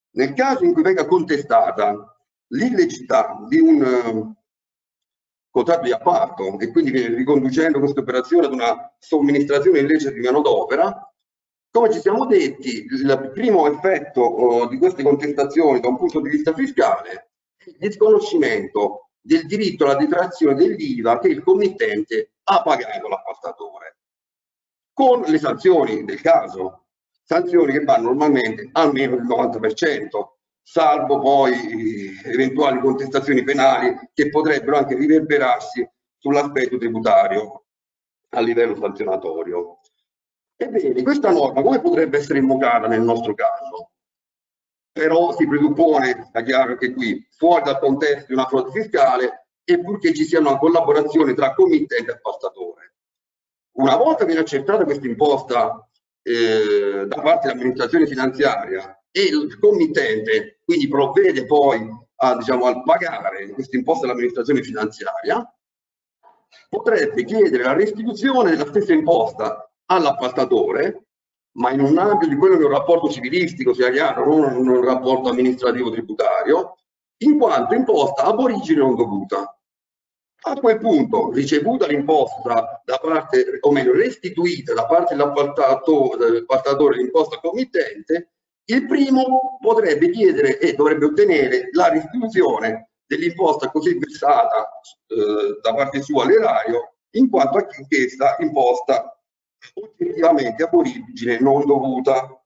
Nel caso in cui venga contestata l'illegittimità di un uh, contratto di appalto e quindi riconducendo questa operazione ad una somministrazione illecita di manodopera, come ci siamo detti, il primo effetto uh, di queste contestazioni da un punto di vista fiscale è il disconoscimento del diritto alla detrazione dell'I V A che il committente ha pagato all'appaltatore, con le sanzioni del caso, sanzioni che vanno normalmente almeno il novanta per cento, salvo poi eventuali contestazioni penali che potrebbero anche riverberarsi sull'aspetto tributario a livello sanzionatorio. Ebbene, questa norma come potrebbe essere invocata nel nostro caso? Però si presuppone, è chiaro che qui, fuori dal contesto di una frode fiscale e purché ci sia una collaborazione tra committente e appaltatore. Una volta viene accettata questa imposta eh, da parte dell'amministrazione finanziaria e il committente quindi provvede poi a, diciamo, a pagare questa imposta all'amministrazione finanziaria, potrebbe chiedere la restituzione della stessa imposta all'appaltatore, ma in un ambito di quello che è un rapporto civilistico, sia chiaro, non un, un rapporto amministrativo tributario, in quanto imposta ab origine non dovuta. A quel punto, ricevuta l'imposta da parte, o meglio, restituita da parte dell'appaltatore l'imposta committente, il primo potrebbe chiedere e dovrebbe ottenere la restituzione dell'imposta così versata eh, da parte sua all'erario, in quanto anch'essa imposta oggettivamente ab origine non dovuta.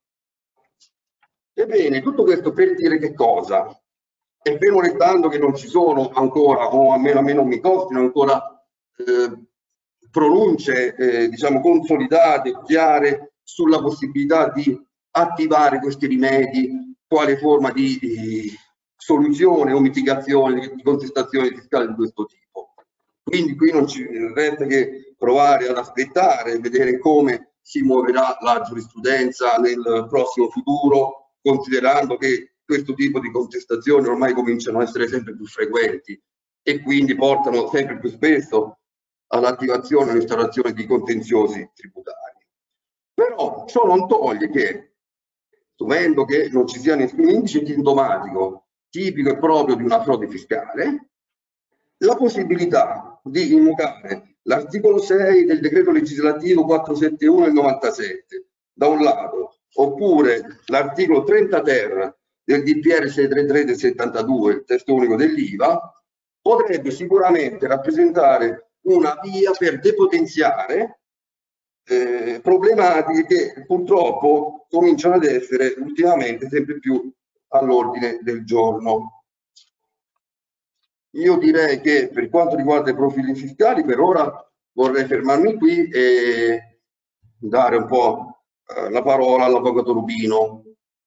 Ebbene, tutto questo per dire che cosa? E fermo restando che non ci sono ancora, o almeno a me non mi costino ancora eh, pronunce eh, diciamo consolidate, chiare sulla possibilità di attivare questi rimedi, quale forma di, di soluzione o mitigazione di contestazioni fiscali di questo tipo. Quindi qui non ci resta che provare ad aspettare e vedere come si muoverà la giurisprudenza nel prossimo futuro, considerando che questo tipo di contestazioni ormai cominciano a essere sempre più frequenti e quindi portano sempre più spesso all'attivazione e all'instaurazione di contenziosi tributari. Però ciò non toglie che, assumendo che non ci sia nessun indice sintomatico tipico e proprio di una frode fiscale, la possibilità di invocare l'articolo sei del decreto legislativo quattrocentosettantuno del novantasette, da un lato, oppure l'articolo trenta ter del D P R seicentotrentatré del settantadue, il testo unico dell'I V A, potrebbe sicuramente rappresentare una via per depotenziare eh, problematiche che purtroppo cominciano ad essere ultimamente sempre più all'ordine del giorno. Io direi che per quanto riguarda i profili fiscali, per ora vorrei fermarmi qui e dare un po' eh, la parola all'avvocato Rubino.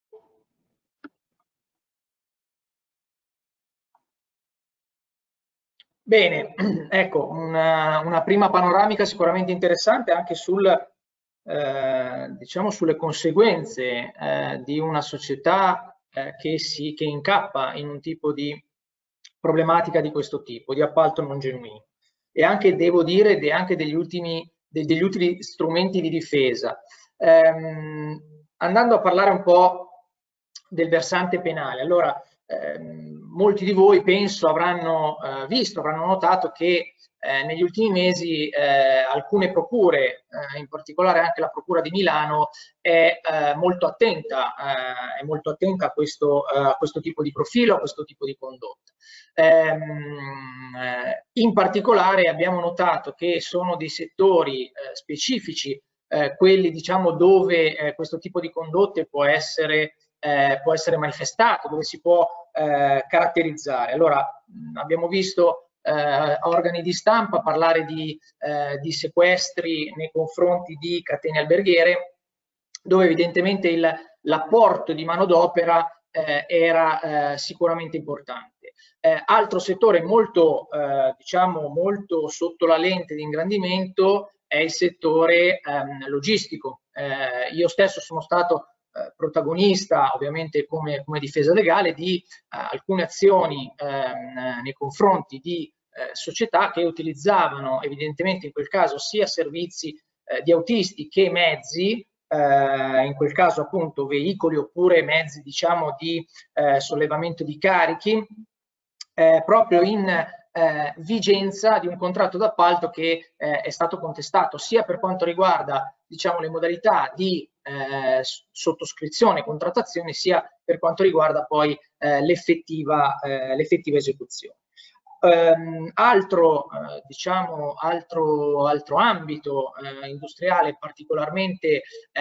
Bene, ecco, una, una prima panoramica sicuramente interessante anche sul, eh, diciamo sulle conseguenze eh, di una società eh, che, si, che incappa in un tipo di problematica di questo tipo, di appalto non genuino. E anche, devo dire, de, anche degli, ultimi, de, degli utili strumenti di difesa. Ehm, andando a parlare un po' del versante penale, allora, Eh, molti di voi penso avranno eh, visto, avranno notato che eh, negli ultimi mesi eh, alcune procure, eh, in particolare anche la Procura di Milano, è eh, molto attenta, eh, è molto attenta a questo, eh, a questo tipo di profilo, a questo tipo di condotta. Ehm, eh, in particolare abbiamo notato che sono dei settori eh, specifici, eh, quelli diciamo dove eh, questo tipo di condotte può essere Eh, può essere manifestato, dove si può eh, caratterizzare. Allora, mh, abbiamo visto eh, organi di stampa parlare di, eh, di sequestri nei confronti di catene alberghiere, dove evidentemente l'apporto di manodopera eh, era eh, sicuramente importante. Eh, altro settore molto, eh, diciamo, molto sotto la lente di ingrandimento è il settore ehm, logistico. Eh, io stesso sono stato protagonista, ovviamente come, come difesa legale, di eh, alcune azioni ehm, nei confronti di eh, società che utilizzavano evidentemente in quel caso sia servizi eh, di autisti che mezzi eh, in quel caso appunto veicoli oppure mezzi diciamo di eh, sollevamento di carichi, eh, proprio in eh, vigenza di un contratto d'appalto che eh, è stato contestato sia per quanto riguarda diciamo le modalità di eh, sottoscrizione e contrattazione, sia per quanto riguarda poi eh, l'effettiva eh, l'effettiva esecuzione. Um, altro, eh, diciamo, altro, altro ambito eh, industriale particolarmente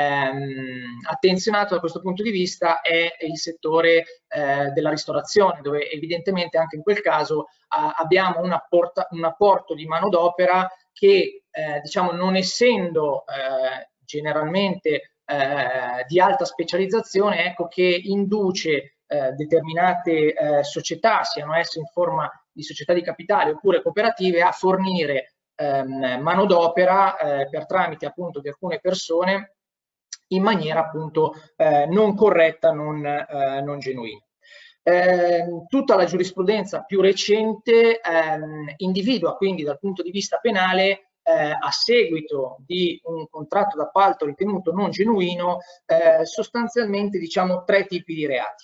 ehm, attenzionato da questo punto di vista è il settore eh, della ristorazione, dove evidentemente anche in quel caso a, abbiamo un, apporta, un apporto di manodopera che, eh, diciamo, non essendo eh, generalmente eh, di alta specializzazione, ecco che induce eh, determinate eh, società, siano esse in forma di società di capitale oppure cooperative, a fornire ehm, manodopera eh, per tramite appunto di alcune persone in maniera appunto eh, non corretta, non, eh, non genuina. Eh, tutta la giurisprudenza più recente ehm, individua quindi dal punto di vista penale eh, a seguito di un contratto d'appalto ritenuto non genuino eh, sostanzialmente diciamo tre tipi di reati.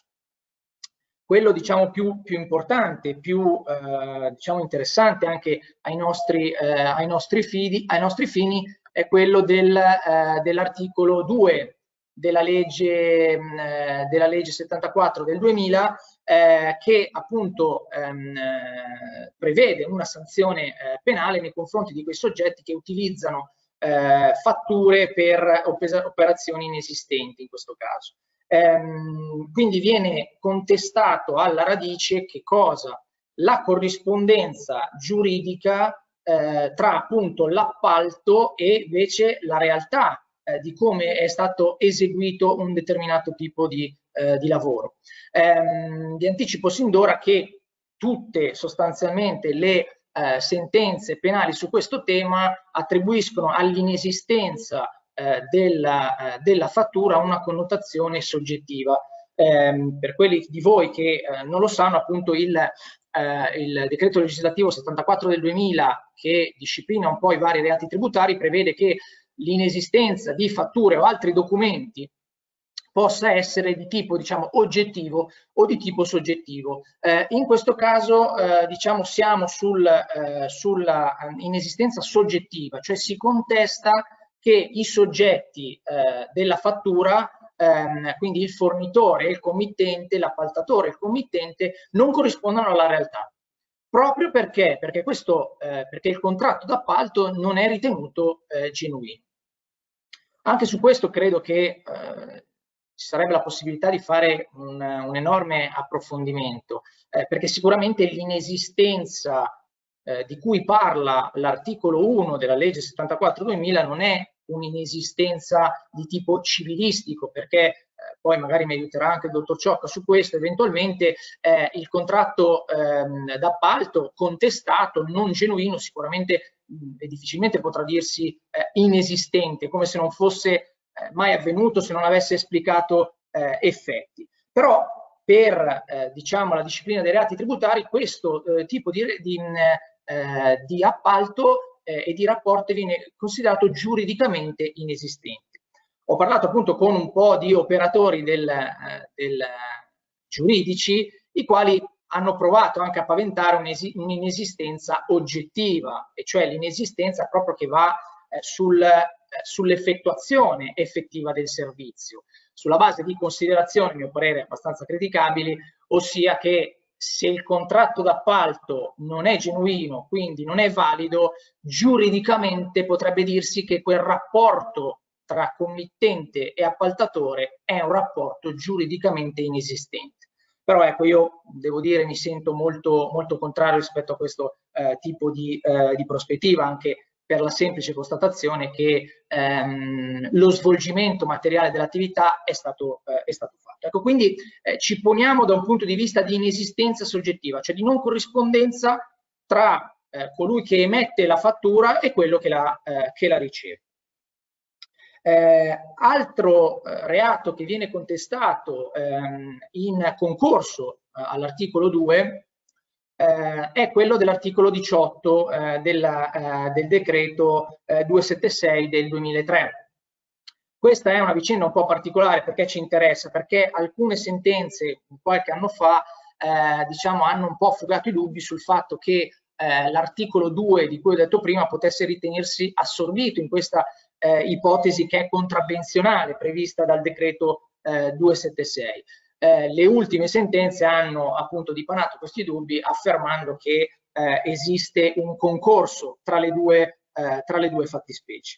Quello diciamo più, più importante, più eh, diciamo interessante anche ai nostri, eh, ai nostri, fidi, ai nostri fini è quello del, eh, dell'articolo due della legge, eh, della legge settantaquattro del duemila eh, che appunto ehm, prevede una sanzione eh, penale nei confronti di quei soggetti che utilizzano eh, fatture per operazioni inesistenti in questo caso. Ehm, quindi viene contestato alla radice che cosa? La corrispondenza giuridica eh, tra appunto l'appalto e invece la realtà eh, di come è stato eseguito un determinato tipo di, eh, di lavoro. Ehm, vi anticipo sin d'ora che tutte sostanzialmente le eh, sentenze penali su questo tema attribuiscono all'inesistenza Eh, della, eh, della fattura una connotazione soggettiva. Eh, per quelli di voi che eh, non lo sanno, appunto il, eh, il decreto legislativo settantaquattro del duemila, che disciplina un po' i vari reati tributari, prevede che l'inesistenza di fatture o altri documenti possa essere di tipo diciamo oggettivo o di tipo soggettivo. Eh, in questo caso eh, diciamo siamo sul, eh, sulla inesistenza soggettiva, cioè si contesta che i soggetti eh, della fattura, ehm, quindi il fornitore, il committente, l'appaltatore, il committente, non corrispondono alla realtà. Proprio perché? Perché, questo, eh, perché il contratto d'appalto non è ritenuto eh, genuino. Anche su questo credo che eh, ci sarebbe la possibilità di fare un, un enorme approfondimento, eh, perché sicuramente l'inesistenza eh, di cui parla l'articolo uno della legge settantaquattro duemila non è un'inesistenza di tipo civilistico, perché eh, poi magari mi aiuterà anche il dottor Ciocca su questo, eventualmente eh, il contratto ehm, d'appalto contestato, non genuino, sicuramente mh, e difficilmente potrà dirsi eh, inesistente, come se non fosse eh, mai avvenuto, se non avesse esplicato eh, effetti. Però per eh, diciamo, la disciplina dei reati tributari questo eh, tipo di, di, eh, di appalto Eh, e di rapporto viene considerato giuridicamente inesistente. Ho parlato appunto con un po' di operatori del, eh, del giuridici, i quali hanno provato anche a paventare un'inesistenza oggettiva, e cioè l'inesistenza proprio che va eh, sul, eh, sull'effettuazione effettiva del servizio, sulla base di considerazioni, a mio parere, abbastanza criticabili, ossia che se il contratto d'appalto non è genuino, quindi non è valido, giuridicamente potrebbe dirsi che quel rapporto tra committente e appaltatore è un rapporto giuridicamente inesistente. Però ecco, io devo dire mi sento molto, molto contrario rispetto a questo eh, tipo di, eh, di prospettiva, anche per la semplice constatazione che ehm, lo svolgimento materiale dell'attività è stato, eh, è stato fatto. Ecco, quindi eh, ci poniamo da un punto di vista di inesistenza soggettiva, cioè di non corrispondenza tra eh, colui che emette la fattura e quello che la, eh, che la riceve. Eh, altro eh, reato che viene contestato ehm, in concorso eh, all'articolo due eh, è quello dell'articolo diciotto eh, della, eh, del decreto eh, duecentosettantasei del duemilatré. Questa è una vicenda un po' particolare perché ci interessa, perché alcune sentenze qualche anno fa eh, diciamo, hanno un po' fugato i dubbi sul fatto che eh, l'articolo due di cui ho detto prima potesse ritenersi assorbito in questa eh, ipotesi che è contravvenzionale prevista dal decreto eh, duecentosettantasei. Eh, le ultime sentenze hanno appunto dipanato questi dubbi affermando che eh, esiste un concorso tra le due, eh, tra le due fattispecie.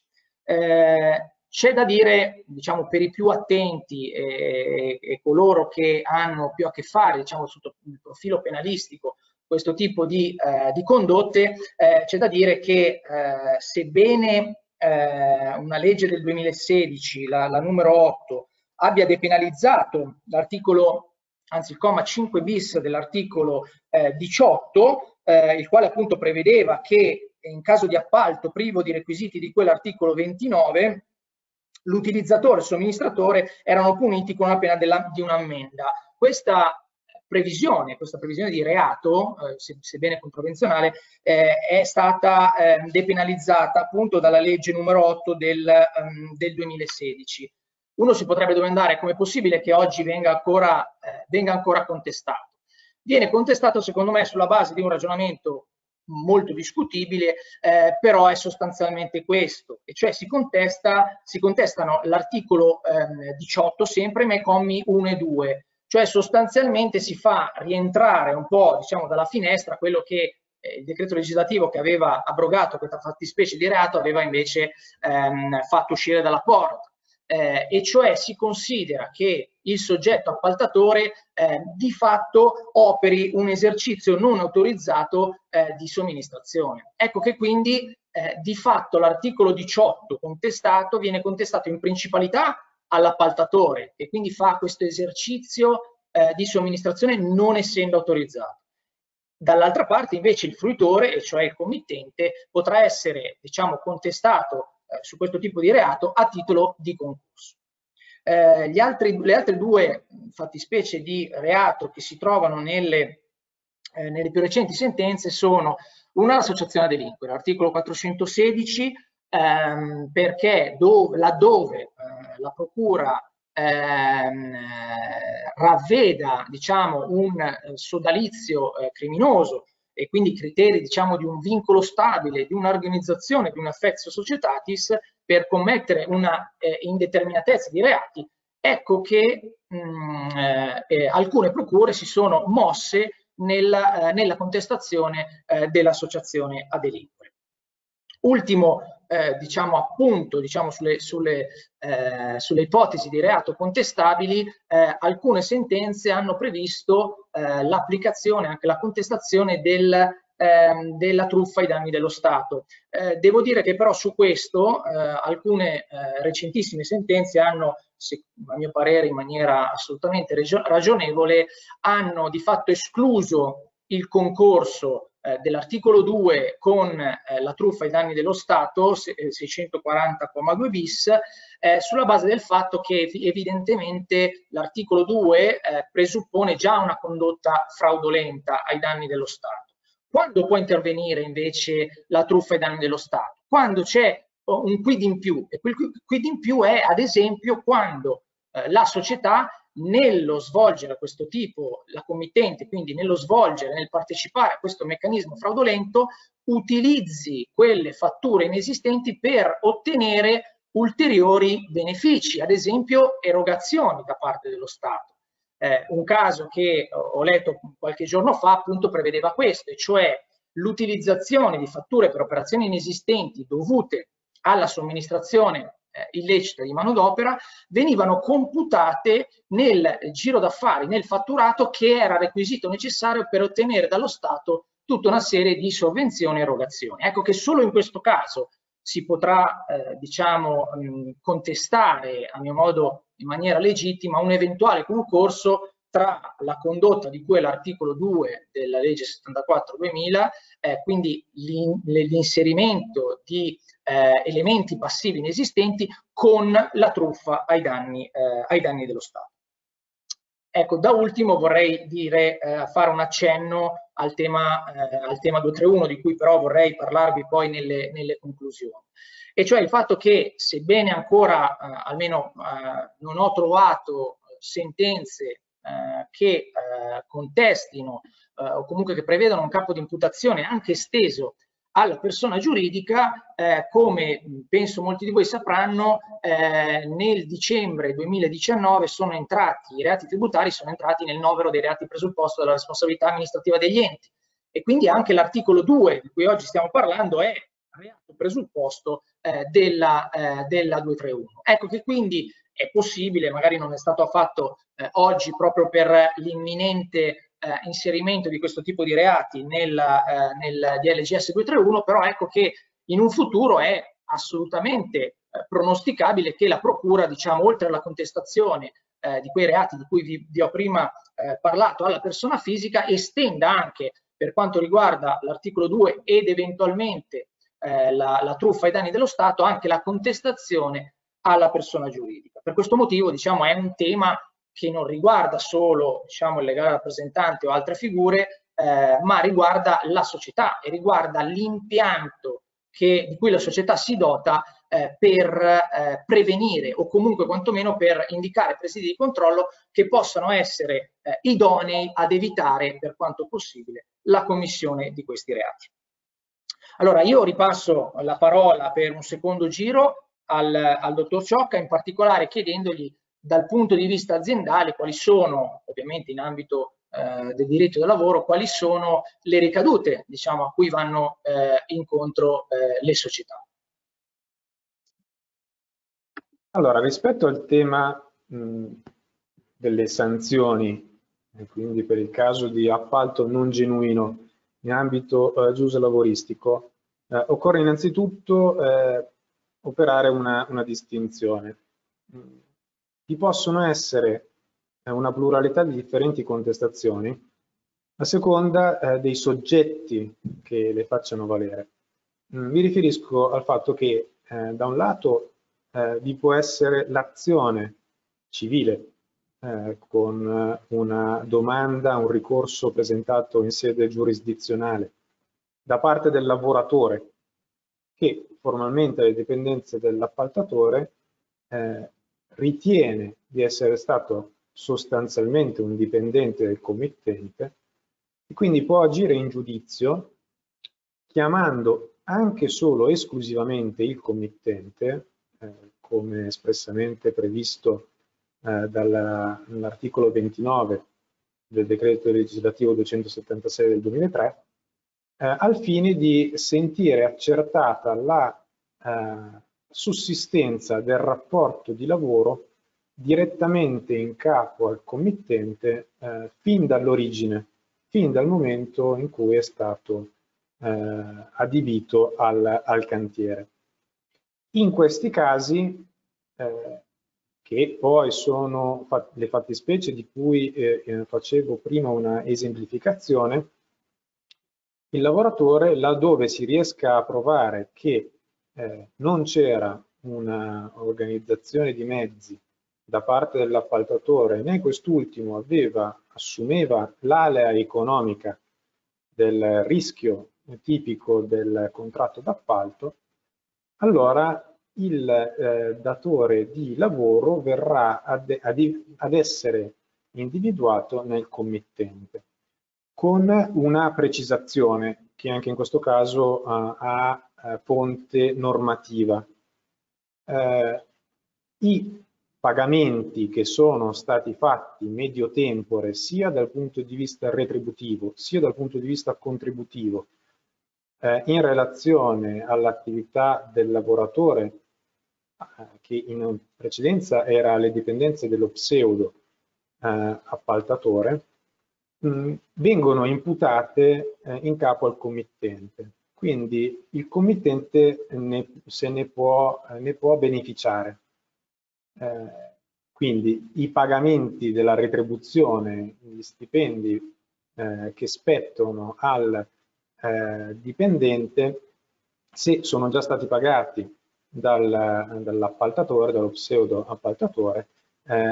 Eh, C'è da dire, diciamo, per i più attenti e, e coloro che hanno più a che fare, diciamo, sotto il profilo penalistico, questo tipo di, eh, di condotte, eh, c'è da dire che eh, sebbene eh, una legge del duemilasedici, la, la numero otto, abbia depenalizzato l'articolo, anzi il comma cinque bis dell'articolo eh, diciotto, eh, il quale appunto prevedeva che in caso di appalto privo di requisiti di quell'articolo ventinove, l'utilizzatore e il somministratore erano puniti con una pena della, di un'ammenda. Questa previsione, questa previsione di reato, eh, se, sebbene contravvenzionale, eh, è stata eh, depenalizzata appunto dalla legge numero otto del, um, del duemilasedici. Uno si potrebbe domandare come è possibile che oggi venga ancora, eh, venga ancora contestato. Viene contestato secondo me sulla base di un ragionamento molto discutibile, eh, però è sostanzialmente questo, e cioè si, contesta, si contestano l'articolo eh, diciotto sempre ma i commi uno e due, cioè sostanzialmente si fa rientrare un po', diciamo, dalla finestra quello che eh, il decreto legislativo che aveva abrogato questa fattispecie di reato aveva invece ehm, fatto uscire dalla porta. Eh, e cioè si considera che il soggetto appaltatore eh, di fatto operi un esercizio non autorizzato eh, di somministrazione. Ecco che quindi eh, di fatto l'articolo diciotto contestato viene contestato in principalità all'appaltatore e quindi fa questo esercizio eh, di somministrazione non essendo autorizzato. Dall'altra parte invece il fruitore, e cioè il committente, potrà essere, diciamo, contestato eh, su questo tipo di reato a titolo di concorso. Eh, gli altri, le altre due fattispecie di reato che si trovano nelle, eh, nelle più recenti sentenze sono una l'associazione a delinquere, articolo quattrocentosedici, ehm, perché dove, laddove eh, la procura ehm, ravveda, diciamo, un eh, sodalizio eh, criminoso e quindi criteri, diciamo, di un vincolo stabile, di un'organizzazione, di un affectio societatis per commettere una eh, indeterminatezza di reati, ecco che mh, eh, alcune procure si sono mosse nella, eh, nella contestazione eh, dell'associazione a delinquere. Ultimo eh, diciamo, appunto diciamo, sulle, sulle, eh, sulle ipotesi di reato contestabili, eh, alcune sentenze hanno previsto eh, l'applicazione, anche la contestazione del, ehm, della truffa ai danni dello Stato. Eh, devo dire che però su questo eh, alcune eh, recentissime sentenze hanno, se, a mio parere in maniera assolutamente ragionevole, hanno di fatto escluso il concorso eh, dell'articolo due con eh, la truffa ai danni dello Stato, seicentoquaranta comma due bis, eh, sulla base del fatto che evidentemente l'articolo due eh, presuppone già una condotta fraudolenta ai danni dello Stato. Quando può intervenire invece la truffa ai danni dello Stato? Quando c'è un quid in più, e quel quid in più è ad esempio quando eh, la società nello svolgere questo tipo, la committente, quindi nello svolgere, nel partecipare a questo meccanismo fraudolento, utilizzi quelle fatture inesistenti per ottenere ulteriori benefici, ad esempio erogazioni da parte dello Stato. Eh, un caso che ho letto qualche giorno fa appunto prevedeva questo, e cioè l'utilizzazione di fatture per operazioni inesistenti dovute alla somministrazione eh, illecita di manodopera venivano computate nel giro d'affari, nel fatturato che era requisito necessario per ottenere dallo Stato tutta una serie di sovvenzioni e erogazioni. Ecco che solo in questo caso si potrà eh, diciamo, mh, contestare a mio modo in maniera legittima un eventuale concorso tra la condotta di cui è l'articolo due della legge settantaquattro duemila, eh, quindi l'inserimento di eh, elementi passivi inesistenti con la truffa ai danni, eh, ai danni dello Stato. Ecco, da ultimo vorrei dire, eh, fare un accenno al tema, eh, al tema duecentotrentuno, di cui però vorrei parlarvi poi nelle, nelle conclusioni. E cioè il fatto che, sebbene ancora, eh, almeno eh, non ho trovato sentenze eh, che eh, contestino eh, o comunque che prevedano un capo di imputazione anche esteso alla persona giuridica, eh, come penso molti di voi sapranno, eh, nel dicembre duemiladiciannove sono entrati, i reati tributari sono entrati nel novero dei reati presupposto della responsabilità amministrativa degli enti, e quindi anche l'articolo due di cui oggi stiamo parlando è reato presupposto eh, della, eh, della duecentotrentuno. Ecco che quindi è possibile, magari non è stato affatto eh, oggi proprio per l'imminente eh, inserimento di questo tipo di reati nel, eh, nel D L G S duecentotrentuno, però ecco che in un futuro è assolutamente eh, pronosticabile che la Procura, diciamo, oltre alla contestazione eh, di quei reati di cui vi, vi ho prima eh, parlato alla persona fisica, estenda anche, per quanto riguarda l'articolo due ed eventualmente eh, la, la truffa ai danni dello Stato, anche la contestazione alla persona giuridica. Per questo motivo, diciamo, è un tema che non riguarda solo, diciamo, il legale rappresentante o altre figure, eh, ma riguarda la società e riguarda l'impianto che, di cui la società si dota eh, per eh, prevenire o comunque quantomeno per indicare presidi di controllo che possano essere eh, idonei ad evitare per quanto possibile la commissione di questi reati. Allora, io ripasso la parola per un secondo giro al, al dottor Ciocca, in particolare chiedendogli dal punto di vista aziendale quali sono, ovviamente in ambito eh, del diritto del lavoro, quali sono le ricadute, diciamo, a cui vanno eh, incontro eh, le società. Allora, rispetto al tema mh, delle sanzioni, e quindi per il caso di appalto non genuino in ambito eh, giusto lavoristico, eh, occorre innanzitutto eh, operare una, una distinzione. Ci possono essere eh, una pluralità di differenti contestazioni a seconda eh, dei soggetti che le facciano valere. Mm, mi riferisco al fatto che eh, da un lato eh, vi può essere l'azione civile eh, con una domanda, un ricorso presentato in sede giurisdizionale da parte del lavoratore che formalmente alle dipendenze dell'appaltatore eh, ritiene di essere stato sostanzialmente un dipendente del committente e quindi può agire in giudizio chiamando anche solo esclusivamente il committente, eh, come espressamente previsto eh, dall'articolo ventinove del decreto legislativo duecentosettantasei del duemilatré, eh, al fine di sentire accertata la eh, sussistenza del rapporto di lavoro direttamente in capo al committente eh, fin dall'origine, fin dal momento in cui è stato eh, adibito al, al cantiere. In questi casi, eh, che poi sono fat- le fattispecie di cui eh, facevo prima una esemplificazione, il lavoratore, laddove si riesca a provare che eh, non c'era un'organizzazione di mezzi da parte dell'appaltatore, né quest'ultimo aveva, assumeva l'alea economica del rischio tipico del contratto d'appalto, allora il eh, datore di lavoro verrà ad, ad, ad essere individuato nel committente, con una precisazione che anche in questo caso uh, ha uh, fonte normativa. Uh, I pagamenti che sono stati fatti medio tempore sia dal punto di vista retributivo sia dal punto di vista contributivo uh, in relazione all'attività del lavoratore uh, che in precedenza era alle dipendenze dello pseudo uh, appaltatore, vengono imputate eh, in capo al committente. Quindi il committente ne, se ne può, eh, ne può beneficiare. Eh, quindi i pagamenti della retribuzione, gli stipendi eh, che spettano al eh, dipendente, se sono già stati pagati dal, dall'appaltatore, dallo pseudo appaltatore, eh,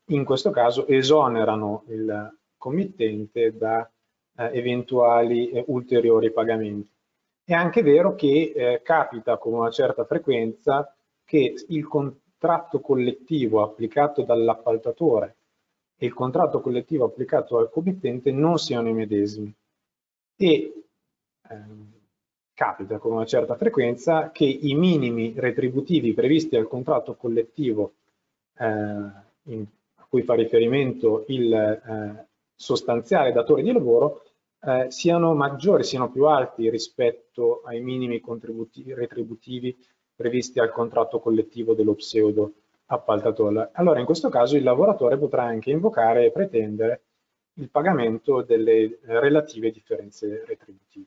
in questo caso esonerano il committente da eh, eventuali eh, ulteriori pagamenti. È anche vero che eh, capita con una certa frequenza che il contratto collettivo applicato dall'appaltatore e il contratto collettivo applicato al committente non siano i medesimi. E ehm, capita con una certa frequenza che i minimi retributivi previsti dal contratto collettivo eh, in, a cui fa riferimento il eh, sostanziale datore di lavoro eh, siano maggiori, siano più alti rispetto ai minimi contributivi, retributivi previsti al contratto collettivo dello pseudo appaltatore. Allora in questo caso il lavoratore potrà anche invocare e pretendere il pagamento delle relative differenze retributive.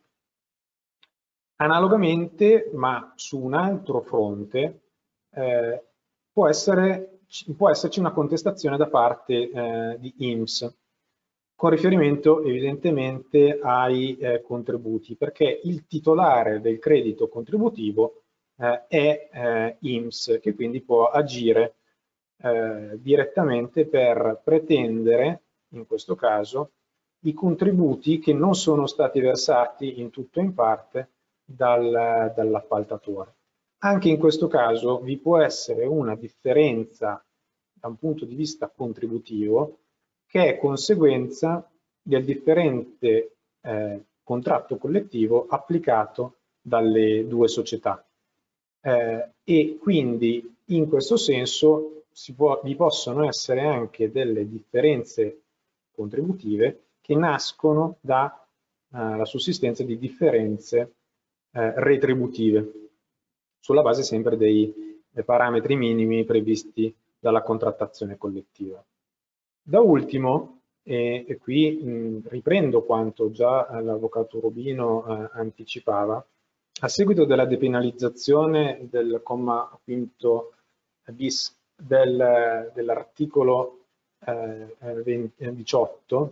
Analogamente, ma su un altro fronte, eh, può, essere, può esserci una contestazione da parte eh, di I N P S, con riferimento evidentemente ai eh, contributi, perché il titolare del credito contributivo eh, è eh, I N P S, che quindi può agire eh, direttamente per pretendere, in questo caso, i contributi che non sono stati versati in tutto o in parte dal, dall'appaltatore. Anche in questo caso vi può essere una differenza da un punto di vista contributivo che è conseguenza del differente eh, contratto collettivo applicato dalle due società. Eh, e quindi in questo senso si può, vi possono essere anche delle differenze contributive che nascono dalla eh, sussistenza di differenze eh, retributive, sulla base sempre dei, dei parametri minimi previsti dalla contrattazione collettiva. Da ultimo, e, e qui mh, riprendo quanto già l'avvocato Rubino eh, anticipava, a seguito della depenalizzazione del comma quinto bis del, dell'articolo eh, diciotto,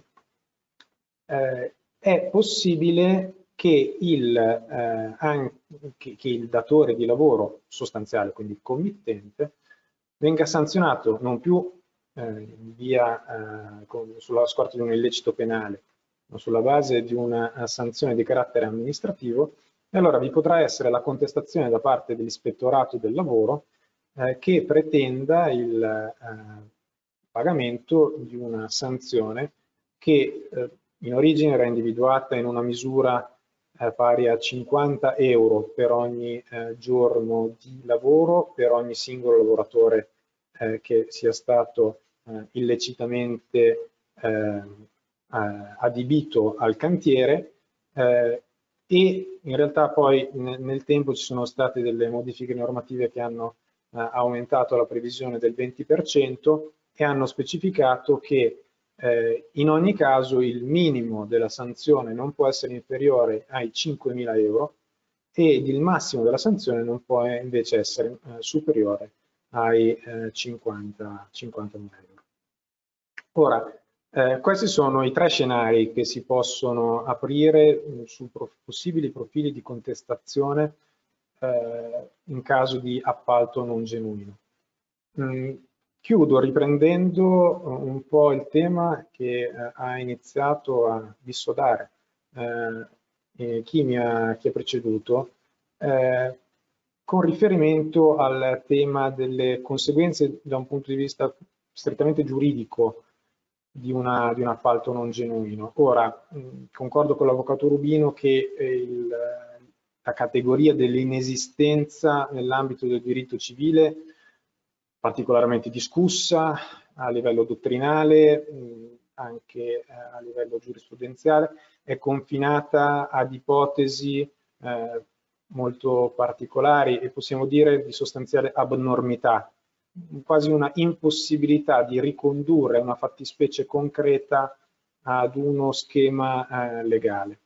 eh, è possibile che il, eh, anche, che, che il datore di lavoro sostanziale, quindi il committente, venga sanzionato non più eh, via, eh, con, sulla scorta di un illecito penale, ma sulla base di una sanzione di carattere amministrativo, e allora vi potrà essere la contestazione da parte dell'ispettorato del lavoro eh, che pretenda il eh, pagamento di una sanzione che eh, in origine era individuata in una misura eh, pari a cinquanta euro per ogni eh, giorno di lavoro per ogni singolo lavoratore eh, che sia stato eh, illecitamente eh, adibito al cantiere, eh, e in realtà poi nel, nel tempo ci sono state delle modifiche normative che hanno eh, aumentato la previsione del venti per cento e hanno specificato che eh, in ogni caso il minimo della sanzione non può essere inferiore ai cinquemila euro ed il massimo della sanzione non può invece essere eh, superiore ai eh, cinquantamila euro. Ora, eh, questi sono i tre scenari che si possono aprire mh, su pro possibili profili di contestazione eh, in caso di appalto non genuino. Mm, chiudo riprendendo un po' il tema che eh, ha iniziato a dissodare eh, chi mi ha, chi ha preceduto, eh, con riferimento al tema delle conseguenze da un punto di vista strettamente giuridico di, una, di un appalto non genuino. Ora, mh, concordo con l'avvocato Rubino che eh, il, la categoria dell'inesistenza nell'ambito del diritto civile particolarmente discussa a livello dottrinale, mh, anche eh, a livello giurisprudenziale, è confinata ad ipotesi eh, molto particolari e possiamo dire di sostanziale abnormità, quasi una impossibilità di ricondurre una fattispecie concreta ad uno schema eh, legale.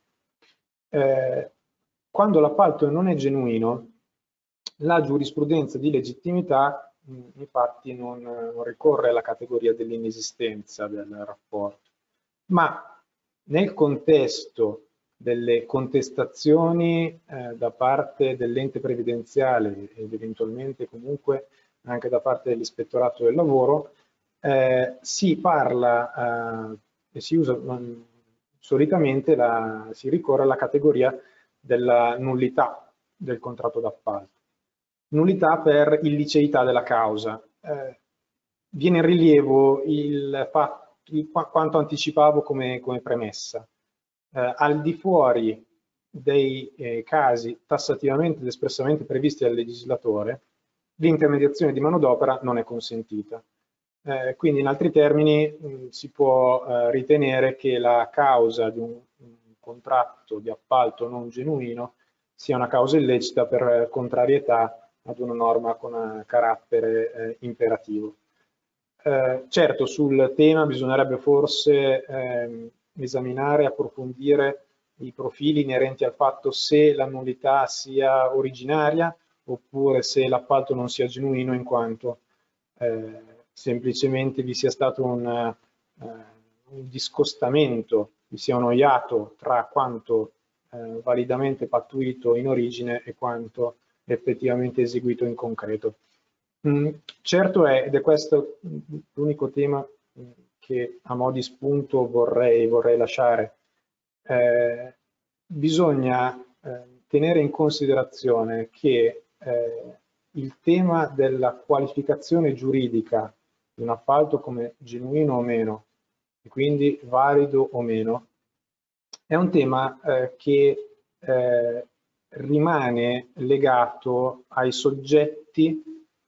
Eh, quando l'appalto non è genuino, la giurisprudenza di legittimità mh, infatti non, non ricorre alla categoria dell'inesistenza del rapporto, ma nel contesto delle contestazioni eh, da parte dell'ente previdenziale ed eventualmente comunque anche da parte dell'ispettorato del lavoro, eh, si parla eh, e si usa um, solitamente, la, si ricorre alla categoria della nullità del contratto d'appalto. Nullità per illiceità della causa. Eh, viene in rilievo il fatto, il, quanto anticipavo come, come premessa. Eh, al di fuori dei eh, casi tassativamente ed espressamente previsti dal legislatore, l'intermediazione di manodopera non è consentita. Eh, quindi in altri termini mh, si può eh, ritenere che la causa di un, un contratto di appalto non genuino sia una causa illecita per eh, contrarietà ad una norma con uh, carattere eh, imperativo. Eh, certo, sul tema bisognerebbe forse ehm, esaminare e approfondire i profili inerenti al fatto se la nullità sia originaria oppure se l'appalto non sia genuino in quanto eh, semplicemente vi sia stato un, eh, un discostamento, vi sia un iato tra quanto eh, validamente pattuito in origine e quanto effettivamente eseguito in concreto. Mm, certo è, ed è questo l'unico tema che a mo' di spunto vorrei, vorrei lasciare, eh, bisogna eh, tenere in considerazione che eh, il tema della qualificazione giuridica di un appalto come genuino o meno, e quindi valido o meno, è un tema eh, che eh, rimane legato ai soggetti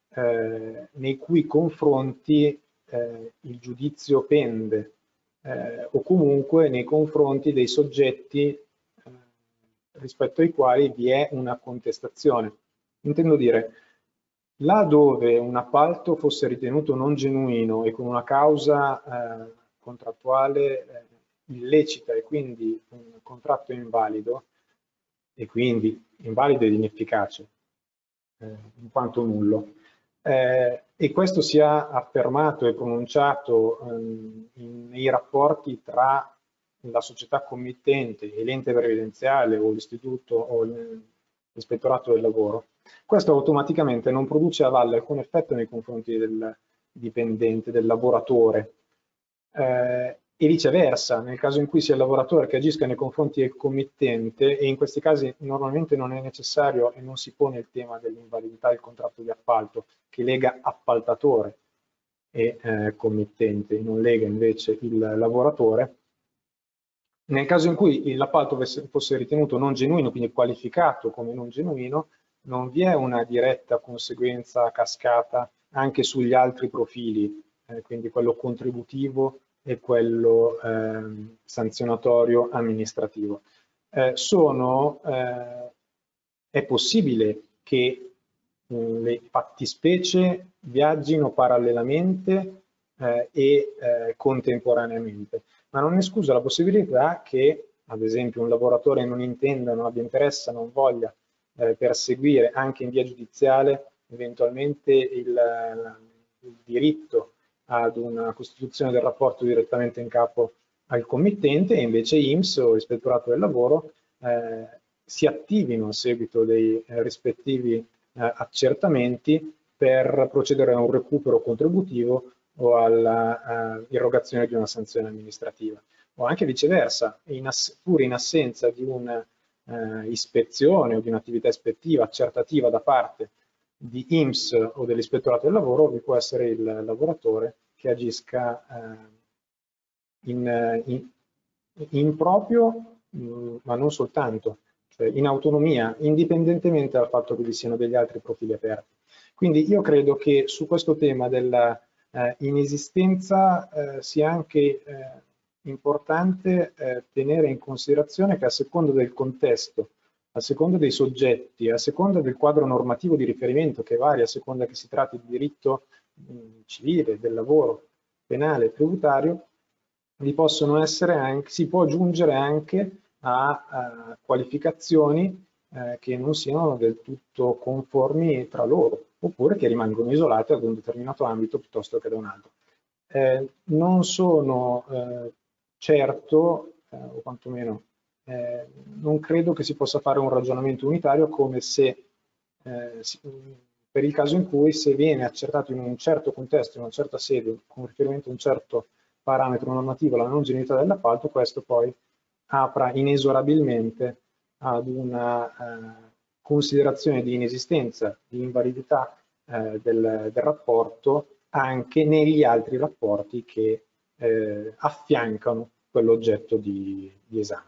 eh, nei cui confronti eh, il giudizio pende, eh, o comunque nei confronti dei soggetti eh, rispetto ai quali vi è una contestazione. Intendo dire, là dove un appalto fosse ritenuto non genuino e con una causa eh, contrattuale eh, illecita e quindi un contratto invalido, e quindi invalido ed inefficace, eh, in quanto nullo, eh, e questo sia affermato e pronunciato ehm, in, nei rapporti tra la società committente e l'ente previdenziale o l'istituto o l'ispettorato del lavoro, questo automaticamente non produce a valle alcun effetto nei confronti del dipendente, del lavoratore, eh, e viceversa, nel caso in cui sia il lavoratore che agisca nei confronti del committente, e in questi casi normalmente non è necessario e non si pone il tema dell'invalidità del contratto di appalto che lega appaltatore e eh, committente, non lega invece il lavoratore. Nel caso in cui l'appalto fosse ritenuto non genuino, quindi qualificato come non genuino, non vi è una diretta conseguenza a cascata anche sugli altri profili, eh, quindi quello contributivo e quello eh, sanzionatorio amministrativo. Eh, sono, eh, è possibile che mh, le fattispecie viaggino parallelamente eh, e eh, contemporaneamente, ma non esclusa la possibilità che, ad esempio, un lavoratore non intenda, non abbia interesse, non voglia eh, perseguire anche in via giudiziale eventualmente il, il diritto ad una costituzione del rapporto direttamente in capo al committente, e invece I N P S o Ispettorato del Lavoro eh, si attivino a seguito dei eh, rispettivi eh, accertamenti per procedere a un recupero contributivo o all'irrogazione uh, di una sanzione amministrativa, o anche viceversa, in pur in assenza di un'ispezione uh, o di un'attività ispettiva accertativa da parte di I N P S o dell'Ispettorato del Lavoro, vi può essere il lavoratore che agisca uh, in, in, in proprio, mh, ma non soltanto, cioè in autonomia, indipendentemente dal fatto che vi siano degli altri profili aperti. Quindi io credo che su questo tema della eh, inesistenza eh, sia anche eh, importante eh, tenere in considerazione che a seconda del contesto, a seconda dei soggetti, a seconda del quadro normativo di riferimento che varia, a seconda che si tratti di diritto mh, civile, del lavoro, penale, tributario, vi possono essere anche, si può giungere anche a, a qualificazioni eh, che non siano del tutto conformi tra loro, oppure che rimangono isolate ad un determinato ambito piuttosto che da un altro. Eh, non sono eh, certo, eh, o quantomeno eh, non credo che si possa fare un ragionamento unitario come se eh, si, per il caso in cui, se viene accertato in un certo contesto, in una certa sede, con riferimento a un certo parametro normativo, la non genuinità dell'appalto, questo poi apra inesorabilmente ad una eh, considerazione di inesistenza, di invalidità eh, del, del rapporto anche negli altri rapporti che eh, affiancano quell'oggetto di, di esame.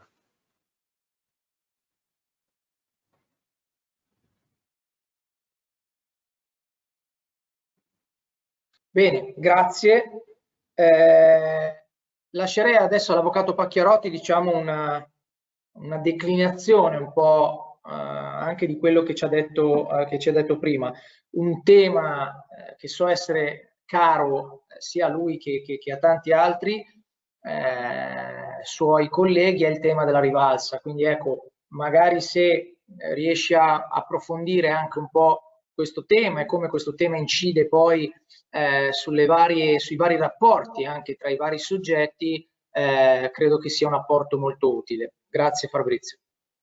Bene, grazie. Eh, lascerei adesso all'avvocato Pacchiarotti, diciamo, una, una declinazione un po' eh, anche di quello che ci ha detto, eh, che ci ha detto prima. Un tema eh, che so essere caro sia a lui che, che, che a tanti altri eh, suoi colleghi, è il tema della rivalsa. Quindi ecco, magari se riesci a approfondire anche un po' questo tema e come questo tema incide poi eh, sulle varie, sui vari rapporti anche tra i vari soggetti, eh, credo che sia un apporto molto utile. Grazie Fabrizio.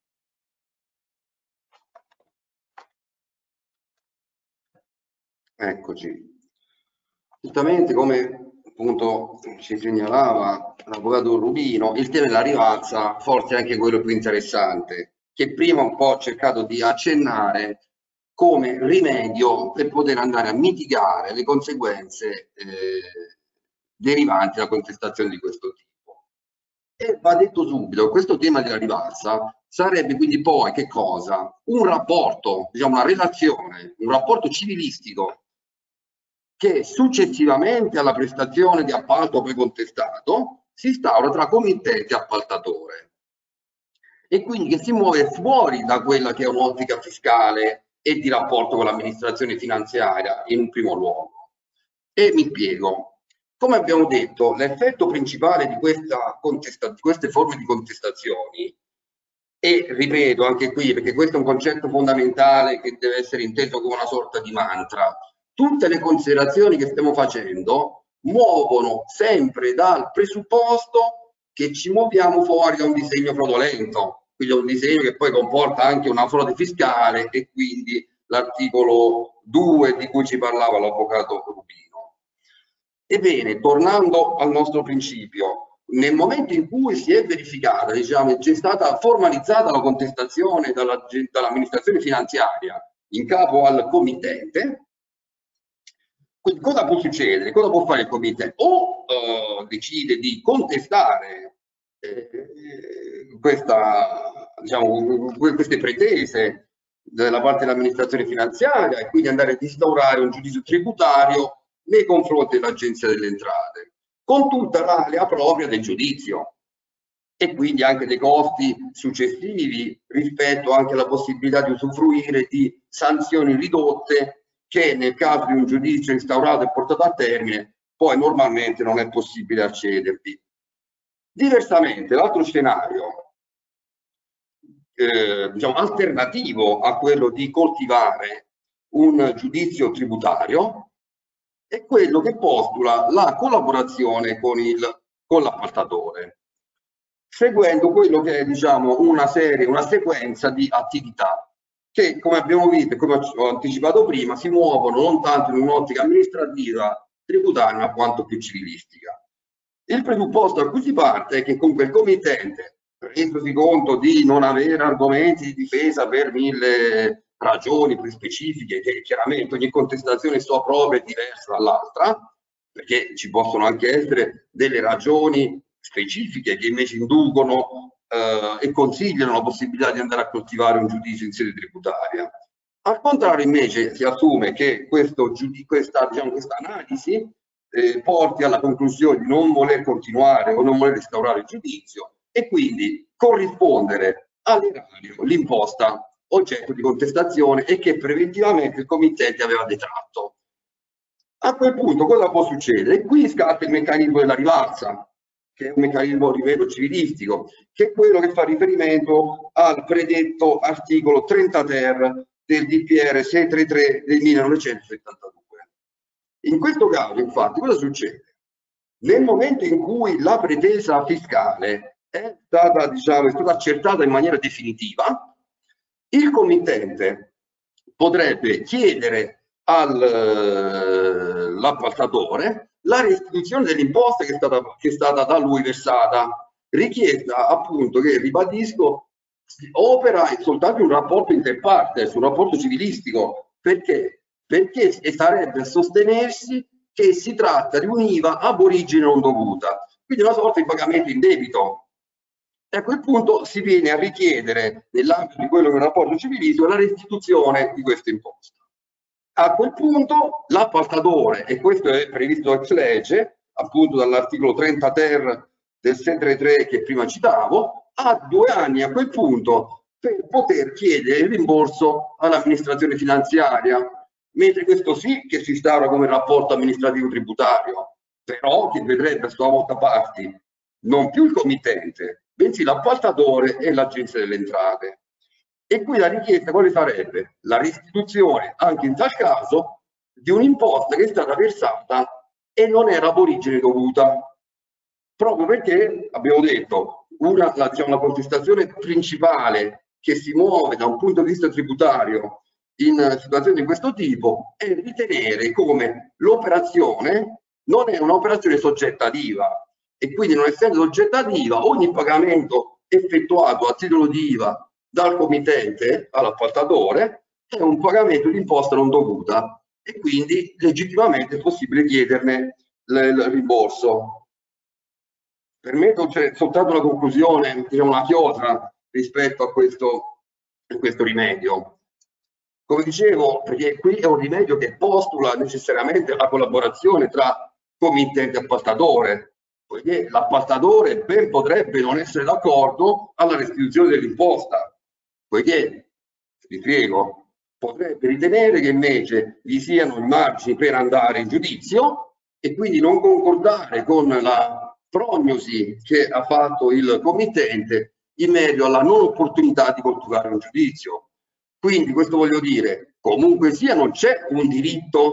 Eccoci. Giustamente, come appunto ci segnalava l'avvocato Rubino, il tema della rivalsa forse è anche quello più interessante, che prima un po' ho cercato di accennare come rimedio per poter andare a mitigare le conseguenze eh, derivanti da contestazioni di questo tipo. E va detto subito, questo tema della rivalsa sarebbe quindi poi che cosa? Un rapporto, diciamo una relazione, un rapporto civilistico che successivamente alla prestazione di appalto precontestato si instaura tra committente e appaltatore e quindi che si muove fuori da quella che è un'ottica fiscale e di rapporto con l'amministrazione finanziaria in un primo luogo. E mi spiego. Come abbiamo detto, l'effetto principale di, questa contesta- di queste forme di contestazioni, e ripeto anche qui perché questo è un concetto fondamentale che deve essere inteso come una sorta di mantra, tutte le considerazioni che stiamo facendo muovono sempre dal presupposto che ci muoviamo fuori da un disegno fraudolento, quindi un disegno che poi comporta anche una frode fiscale e quindi l'articolo due di cui ci parlava l'avvocato Rubino. Ebbene, tornando al nostro principio, nel momento in cui si è verificata, diciamo, c'è stata formalizzata la contestazione dall'amministrazione dall finanziaria in capo al committente, quindi cosa può succedere? Cosa può fare il committente? O eh, decide di contestare eh, questa, diciamo, queste pretese dalla parte dell'amministrazione finanziaria e quindi andare a instaurare un giudizio tributario nei confronti dell'Agenzia delle Entrate, con tutta l'area propria del giudizio e quindi anche dei costi successivi rispetto anche alla possibilità di usufruire di sanzioni ridotte che nel caso di un giudizio instaurato e portato a termine poi normalmente non è possibile accedervi. Diversamente, l'altro scenario eh, diciamo, alternativo a quello di coltivare un giudizio tributario è quello che postula la collaborazione con il con l'appaltatore, seguendo quello che è, diciamo, una serie, una sequenza di attività che, come abbiamo visto e come ho anticipato prima, si muovono non tanto in un'ottica amministrativa, tributaria, ma quanto più civilistica. Il presupposto a cui si parte è che comunque il committente, rendosi conto di non avere argomenti di difesa per mille ragioni più specifiche, che chiaramente ogni contestazione sua propria è diversa dall'altra, perché ci possono anche essere delle ragioni specifiche che invece inducono eh, e consigliano la possibilità di andare a coltivare un giudizio in sede tributaria. Al contrario, invece, si assume che questo, questa, diciamo, questa analisi eh, porti alla conclusione di non voler continuare o non voler instaurare il giudizio e quindi corrispondere all'erario l'imposta oggetto di contestazione e che preventivamente il committente aveva detratto. A quel punto cosa può succedere? Qui scatta il meccanismo della rivalsa, che è un meccanismo, ripeto, civilistico, che è quello che fa riferimento al predetto articolo trenta ter del D P R seicentotrentatré del millenovecentosettantadue. In questo caso, infatti, cosa succede? Nel momento in cui la pretesa fiscale è stata, diciamo, è stata accertata in maniera definitiva, il committente potrebbe chiedere all'appaltatore la restituzione dell'imposta che è stata, che è stata da lui versata, richiesta appunto che, ribadisco, opera soltanto un rapporto interpartes, un rapporto civilistico. Perché? Perché sarebbe a sostenersi che si tratta di un'I V A ab origine non dovuta, quindi una sorta di pagamento in debito. E a quel punto si viene a richiedere, nell'ambito di quello che è un rapporto civilistico, la restituzione di questa imposta. A quel punto l'appaltatore, e questo è previsto ex legge, appunto dall'articolo trenta ter del settecentotrentatré che prima citavo, ha due anni a quel punto per poter chiedere il rimborso all'amministrazione finanziaria, mentre questo sì che si instaura come rapporto amministrativo tributario, però che vedrebbe a sua volta parti non più il committente, bensì l'appaltatore e l'agenzia delle entrate. E qui la richiesta quale sarebbe? La restituzione, anche in tal caso, di un'imposta che è stata versata e non era ab origine dovuta. Proprio perché, abbiamo detto, una, la, diciamo, la contestazione principale che si muove da un punto di vista tributario in situazioni di questo tipo è ritenere come l'operazione non è un'operazione soggetta ad I V A e quindi, non essendo soggetta ad I V A, ogni pagamento effettuato a titolo di I V A dal committente all'appaltatore è un pagamento di imposta non dovuta e quindi legittimamente è possibile chiederne il rimborso. Permetto cioè, soltanto una conclusione, diciamo una chiosa rispetto a questo, a questo rimedio. Come dicevo, perché qui è un rimedio che postula necessariamente la collaborazione tra committente e appaltatore, poiché l'appaltatore ben potrebbe non essere d'accordo alla restituzione dell'imposta, poiché, vi spiego, potrebbe ritenere che invece vi siano i margini per andare in giudizio e quindi non concordare con la prognosi che ha fatto il committente in merito alla non opportunità di coltivare un giudizio. Quindi questo voglio dire, comunque sia non c'è un diritto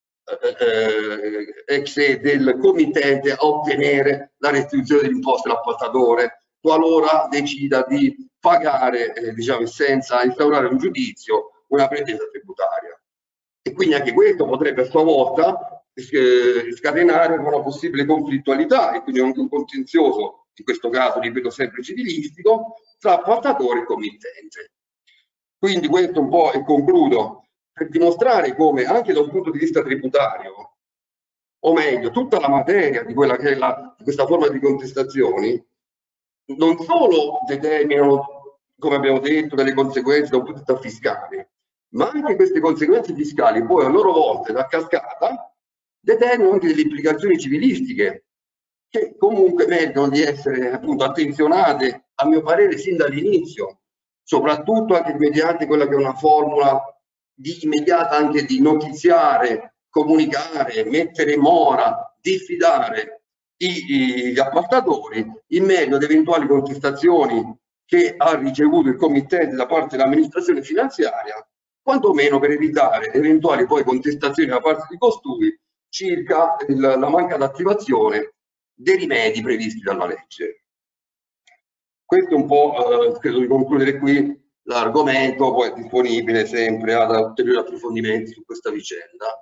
eh, ex del committente a ottenere la restituzione dell'imposta all'appaltatore qualora decida di pagare, eh, diciamo, senza instaurare un giudizio, una pretesa tributaria. E quindi anche questo potrebbe a sua volta eh, scatenare una possibile conflittualità e quindi anche un contenzioso, in questo caso, ripeto, sempre civilistico, tra appaltatore e committente. Quindi questo un po', e concludo, per dimostrare come anche da un punto di vista tributario, o meglio, tutta la materia di quella che è la, questa forma di contestazioni, non solo determinano, come abbiamo detto, delle conseguenze da un punto di vista fiscale, ma anche queste conseguenze fiscali poi a loro volta, da cascata, determinano anche delle implicazioni civilistiche, che comunque meritano di essere appunto attenzionate, a mio parere, sin dall'inizio, soprattutto anche mediante quella che è una formula di immediata anche di notiziare, comunicare, mettere in mora, diffidare i, gli appaltatori in merito ad eventuali contestazioni che ha ricevuto il committente da parte dell'amministrazione finanziaria, quantomeno per evitare eventuali poi contestazioni da parte di costui circa il, la mancata attivazione dei rimedi previsti dalla legge. Questo è un po', eh, credo di concludere qui l'argomento, poi è disponibile sempre ad ulteriori approfondimenti su questa vicenda.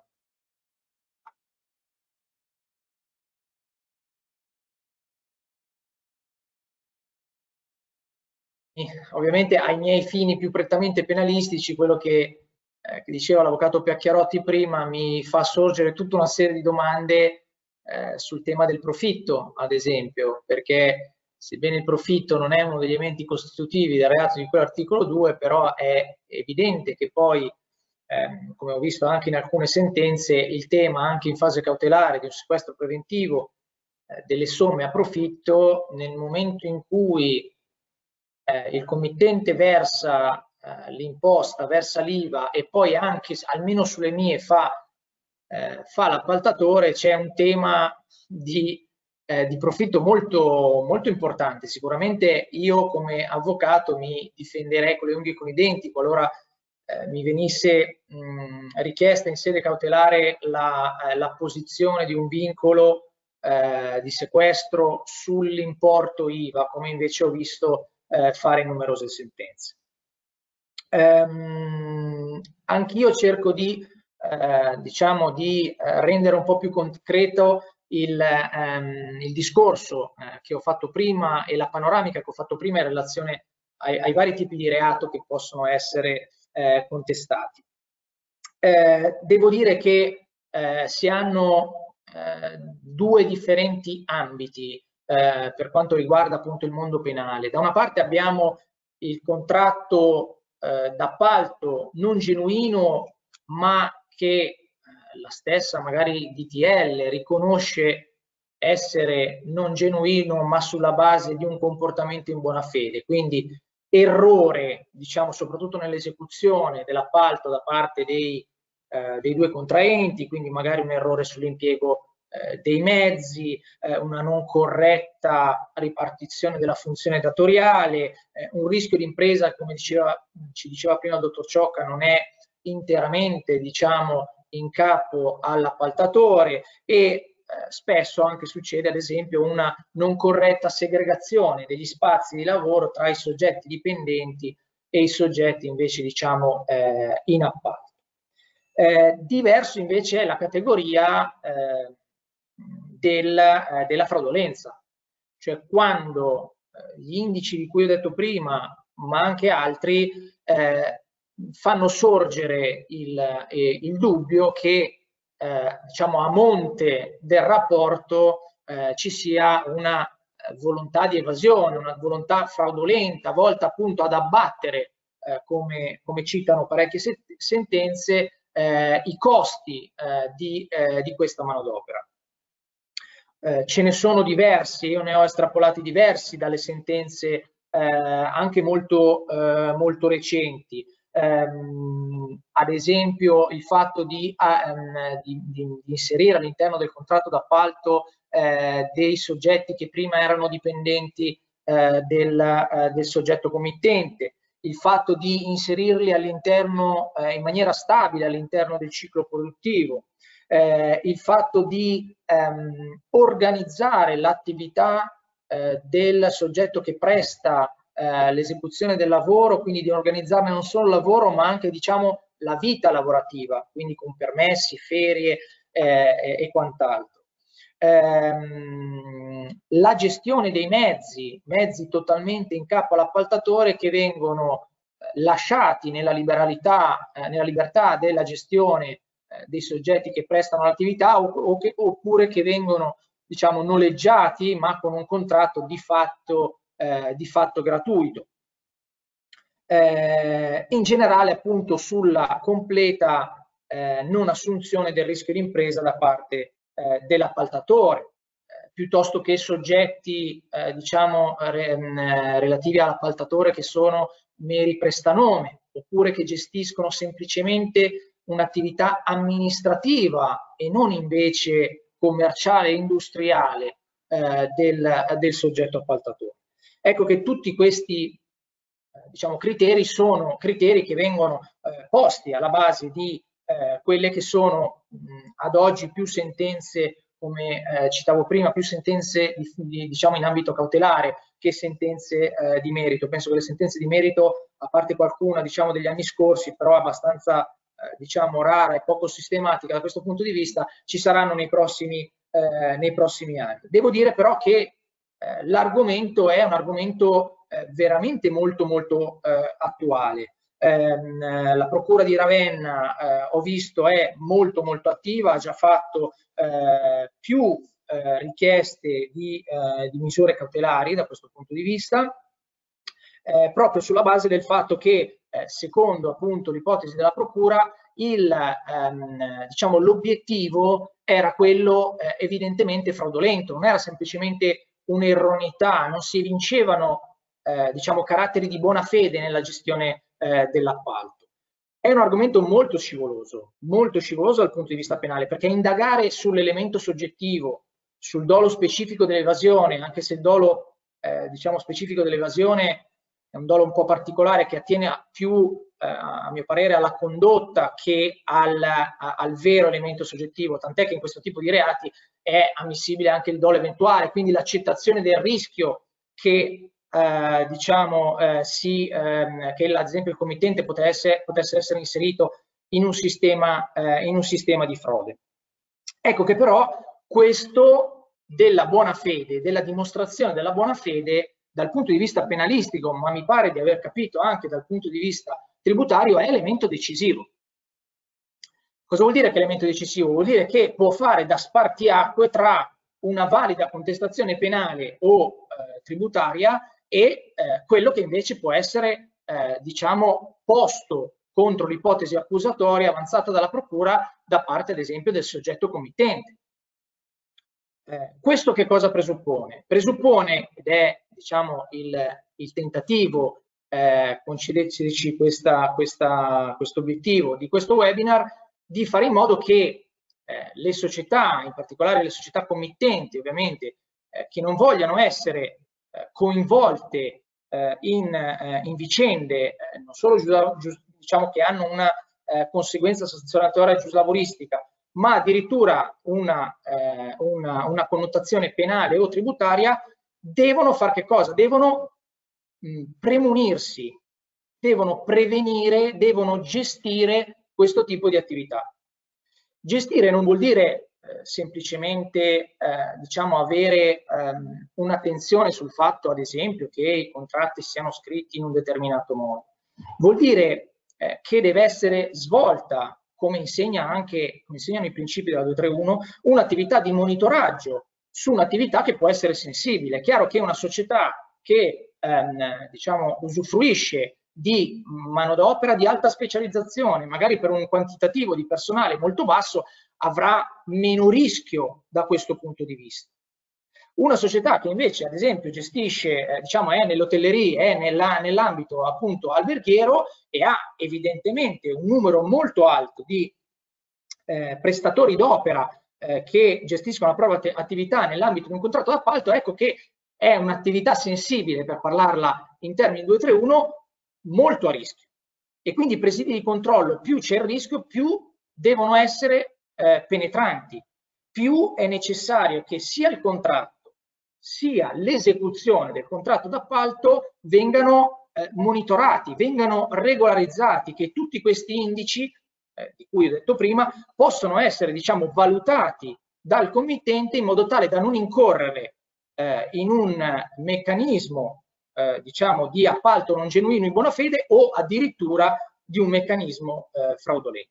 Ovviamente ai miei fini più prettamente penalistici, quello che, eh, che diceva l'avvocato Piacchiarotti prima mi fa sorgere tutta una serie di domande eh, sul tema del profitto, ad esempio, perché sebbene il profitto non è uno degli elementi costitutivi del reato di quell'articolo due, però è evidente che poi, eh, come ho visto anche in alcune sentenze, il tema anche in fase cautelare di un sequestro preventivo eh, delle somme a profitto, nel momento in cui eh, il committente versa eh, l'imposta, versa l'I V A e poi anche, almeno sulle mie, fa, eh, fa l'appaltatore, c'è un tema di, eh, di profitto molto, molto importante. Sicuramente io come avvocato mi difenderei con le unghie e con i denti qualora eh, mi venisse mh, richiesta in sede cautelare la, eh, la posizione di un vincolo eh, di sequestro sull'importo I V A, come invece ho visto Eh, fare in numerose sentenze. Ehm, anch'io cerco di eh, diciamo di eh, rendere un po' più concreto il, ehm, il discorso eh, che ho fatto prima e la panoramica che ho fatto prima in relazione ai, ai vari tipi di reato che possono essere eh, contestati. Eh, devo dire che eh, si hanno eh, due differenti ambiti eh, per quanto riguarda appunto il mondo penale. Da una parte abbiamo il contratto eh, d'appalto non genuino, ma che eh, la stessa magari D T L riconosce essere non genuino, ma sulla base di un comportamento in buona fede. Quindi errore, diciamo, soprattutto nell'esecuzione dell'appalto da parte dei, eh, dei due contraenti, quindi magari un errore sull'impiego eh, dei mezzi, eh, una non corretta ripartizione della funzione datoriale, eh, un rischio di impresa, come diceva, ci diceva prima il dottor Ciocca, non è interamente, diciamo, in capo all'appaltatore e Eh, spesso anche succede ad esempio una non corretta segregazione degli spazi di lavoro tra i soggetti dipendenti e i soggetti invece diciamo eh, in appalto. Eh, diverso invece è la categoria eh, del, eh, della fraudolenza, cioè quando eh, gli indici di cui ho detto prima, ma anche altri, eh, fanno sorgere il, eh, il dubbio che Eh, diciamo a monte del rapporto eh, ci sia una volontà di evasione, una volontà fraudolenta volta appunto ad abbattere, eh, come, come citano parecchie sentenze, eh, i costi eh, di, eh, di questa manodopera. Eh, ce ne sono diversi, io ne ho estrapolati diversi dalle sentenze eh, anche molto, eh, molto recenti. Um, ad esempio il fatto di, um, di, di inserire all'interno del contratto d'appalto eh, dei soggetti che prima erano dipendenti eh, del, eh, del soggetto committente, il fatto di inserirli all'interno eh, in maniera stabile all'interno del ciclo produttivo, eh, il fatto di um, organizzare l'attività eh, del soggetto che presta Eh, l'esecuzione del lavoro, quindi di organizzarne non solo il lavoro ma anche diciamo la vita lavorativa, quindi con permessi, ferie eh, e quant'altro. Ehm, la gestione dei mezzi, mezzi totalmente in capo all'appaltatore che vengono lasciati nella liberalità, eh, nella libertà della gestione eh, dei soggetti che prestano l'attività o, o che, oppure che vengono diciamo noleggiati ma con un contratto di fatto Eh, di fatto gratuito. Eh, in generale appunto sulla completa eh, non assunzione del rischio d'impresa da parte eh, dell'appaltatore, eh, piuttosto che soggetti eh, diciamo re, mh, relativi all'appaltatore che sono meri prestanome oppure che gestiscono semplicemente un'attività amministrativa e non invece commerciale e industriale eh, del, del soggetto appaltatore. Ecco che tutti questi diciamo, criteri sono criteri che vengono eh, posti alla base di eh, quelle che sono mh, ad oggi più sentenze, come eh, citavo prima, più sentenze di, di, diciamo in ambito cautelare che sentenze eh, di merito. Penso che le sentenze di merito, a parte qualcuna diciamo degli anni scorsi, però abbastanza eh, diciamo rara e poco sistematica da questo punto di vista, ci saranno nei prossimi, eh, nei prossimi anni. Devo dire però che Eh, l'argomento è un argomento eh, veramente molto molto eh, attuale. Eh, la Procura di Ravenna, eh, ho visto, è molto molto attiva, ha già fatto eh, più eh, richieste di, eh, di misure cautelari da questo punto di vista, eh, proprio sulla base del fatto che, eh, secondo appunto l'ipotesi della Procura, il, ehm, diciamo, l'obiettivo era quello eh, evidentemente fraudolento, non era semplicemente un'erroneità, non si evincevano eh, diciamo, caratteri di buona fede nella gestione eh, dell'appalto. È un argomento molto scivoloso, molto scivoloso dal punto di vista penale, perché indagare sull'elemento soggettivo, sul dolo specifico dell'evasione, anche se il dolo eh, diciamo, specifico dell'evasione è un dolo un po' particolare che attiene a più, eh, a mio parere, alla condotta che al, a, al vero elemento soggettivo, tant'è che in questo tipo di reati è ammissibile anche il dolo eventuale, quindi l'accettazione del rischio che eh, diciamo eh, si, ehm, che ad esempio il committente potesse, potesse essere inserito in un sistema, eh, in un sistema di frode. Ecco che però questo della buona fede, della dimostrazione della buona fede dal punto di vista penalistico, ma mi pare di aver capito anche dal punto di vista tributario, è elemento decisivo. Cosa vuol dire che è elemento decisivo? Vuol dire che può fare da spartiacque tra una valida contestazione penale o eh, tributaria e eh, quello che invece può essere, eh, diciamo, posto contro l'ipotesi accusatoria avanzata dalla procura da parte, ad esempio, del soggetto committente. Eh, questo che cosa presuppone? Presuppone, ed è, diciamo, il, il tentativo, eh, concedeteci questa, questa, questo obiettivo di questo webinar, di fare in modo che eh, le società, in particolare le società committenti, ovviamente, eh, che non vogliano essere eh, coinvolte eh, in, eh, in vicende eh, non solo diciamo che hanno una eh, conseguenza sanzionatoria giuslavoristica, ma addirittura una, eh, una, una connotazione penale o tributaria, devono fare che cosa? Devono mh, premunirsi, devono prevenire, devono gestire questo tipo di attività. Gestire non vuol dire eh, semplicemente eh, diciamo avere ehm, un'attenzione sul fatto, ad esempio, che i contratti siano scritti in un determinato modo. Vuol dire eh, che deve essere svolta, come insegna anche, come insegnano i principi della duecentotrentuno, un'attività di monitoraggio su un'attività che può essere sensibile. È chiaro che una società che ehm, diciamo usufruisce di manodopera di alta specializzazione, magari per un quantitativo di personale molto basso, avrà meno rischio da questo punto di vista. Una società che invece, ad esempio, gestisce, eh, diciamo, è nell'hotellerie, è nell'ambito appunto alberghiero e ha evidentemente un numero molto alto di eh, prestatori d'opera eh, che gestiscono la propria attività nell'ambito di un contratto d'appalto, ecco che è un'attività sensibile, per parlarla in termini duecentotrentuno, molto a rischio. E quindi i presidi di controllo, più c'è il rischio, più devono essere eh, penetranti, più è necessario che sia il contratto sia l'esecuzione del contratto d'appalto vengano eh, monitorati, vengano regolarizzati, che tutti questi indici, eh, di cui ho detto prima, possono essere, diciamo, valutati dal committente in modo tale da non incorrere eh, in un meccanismo, eh, diciamo, di appalto non genuino in buona fede o addirittura di un meccanismo eh, fraudolento.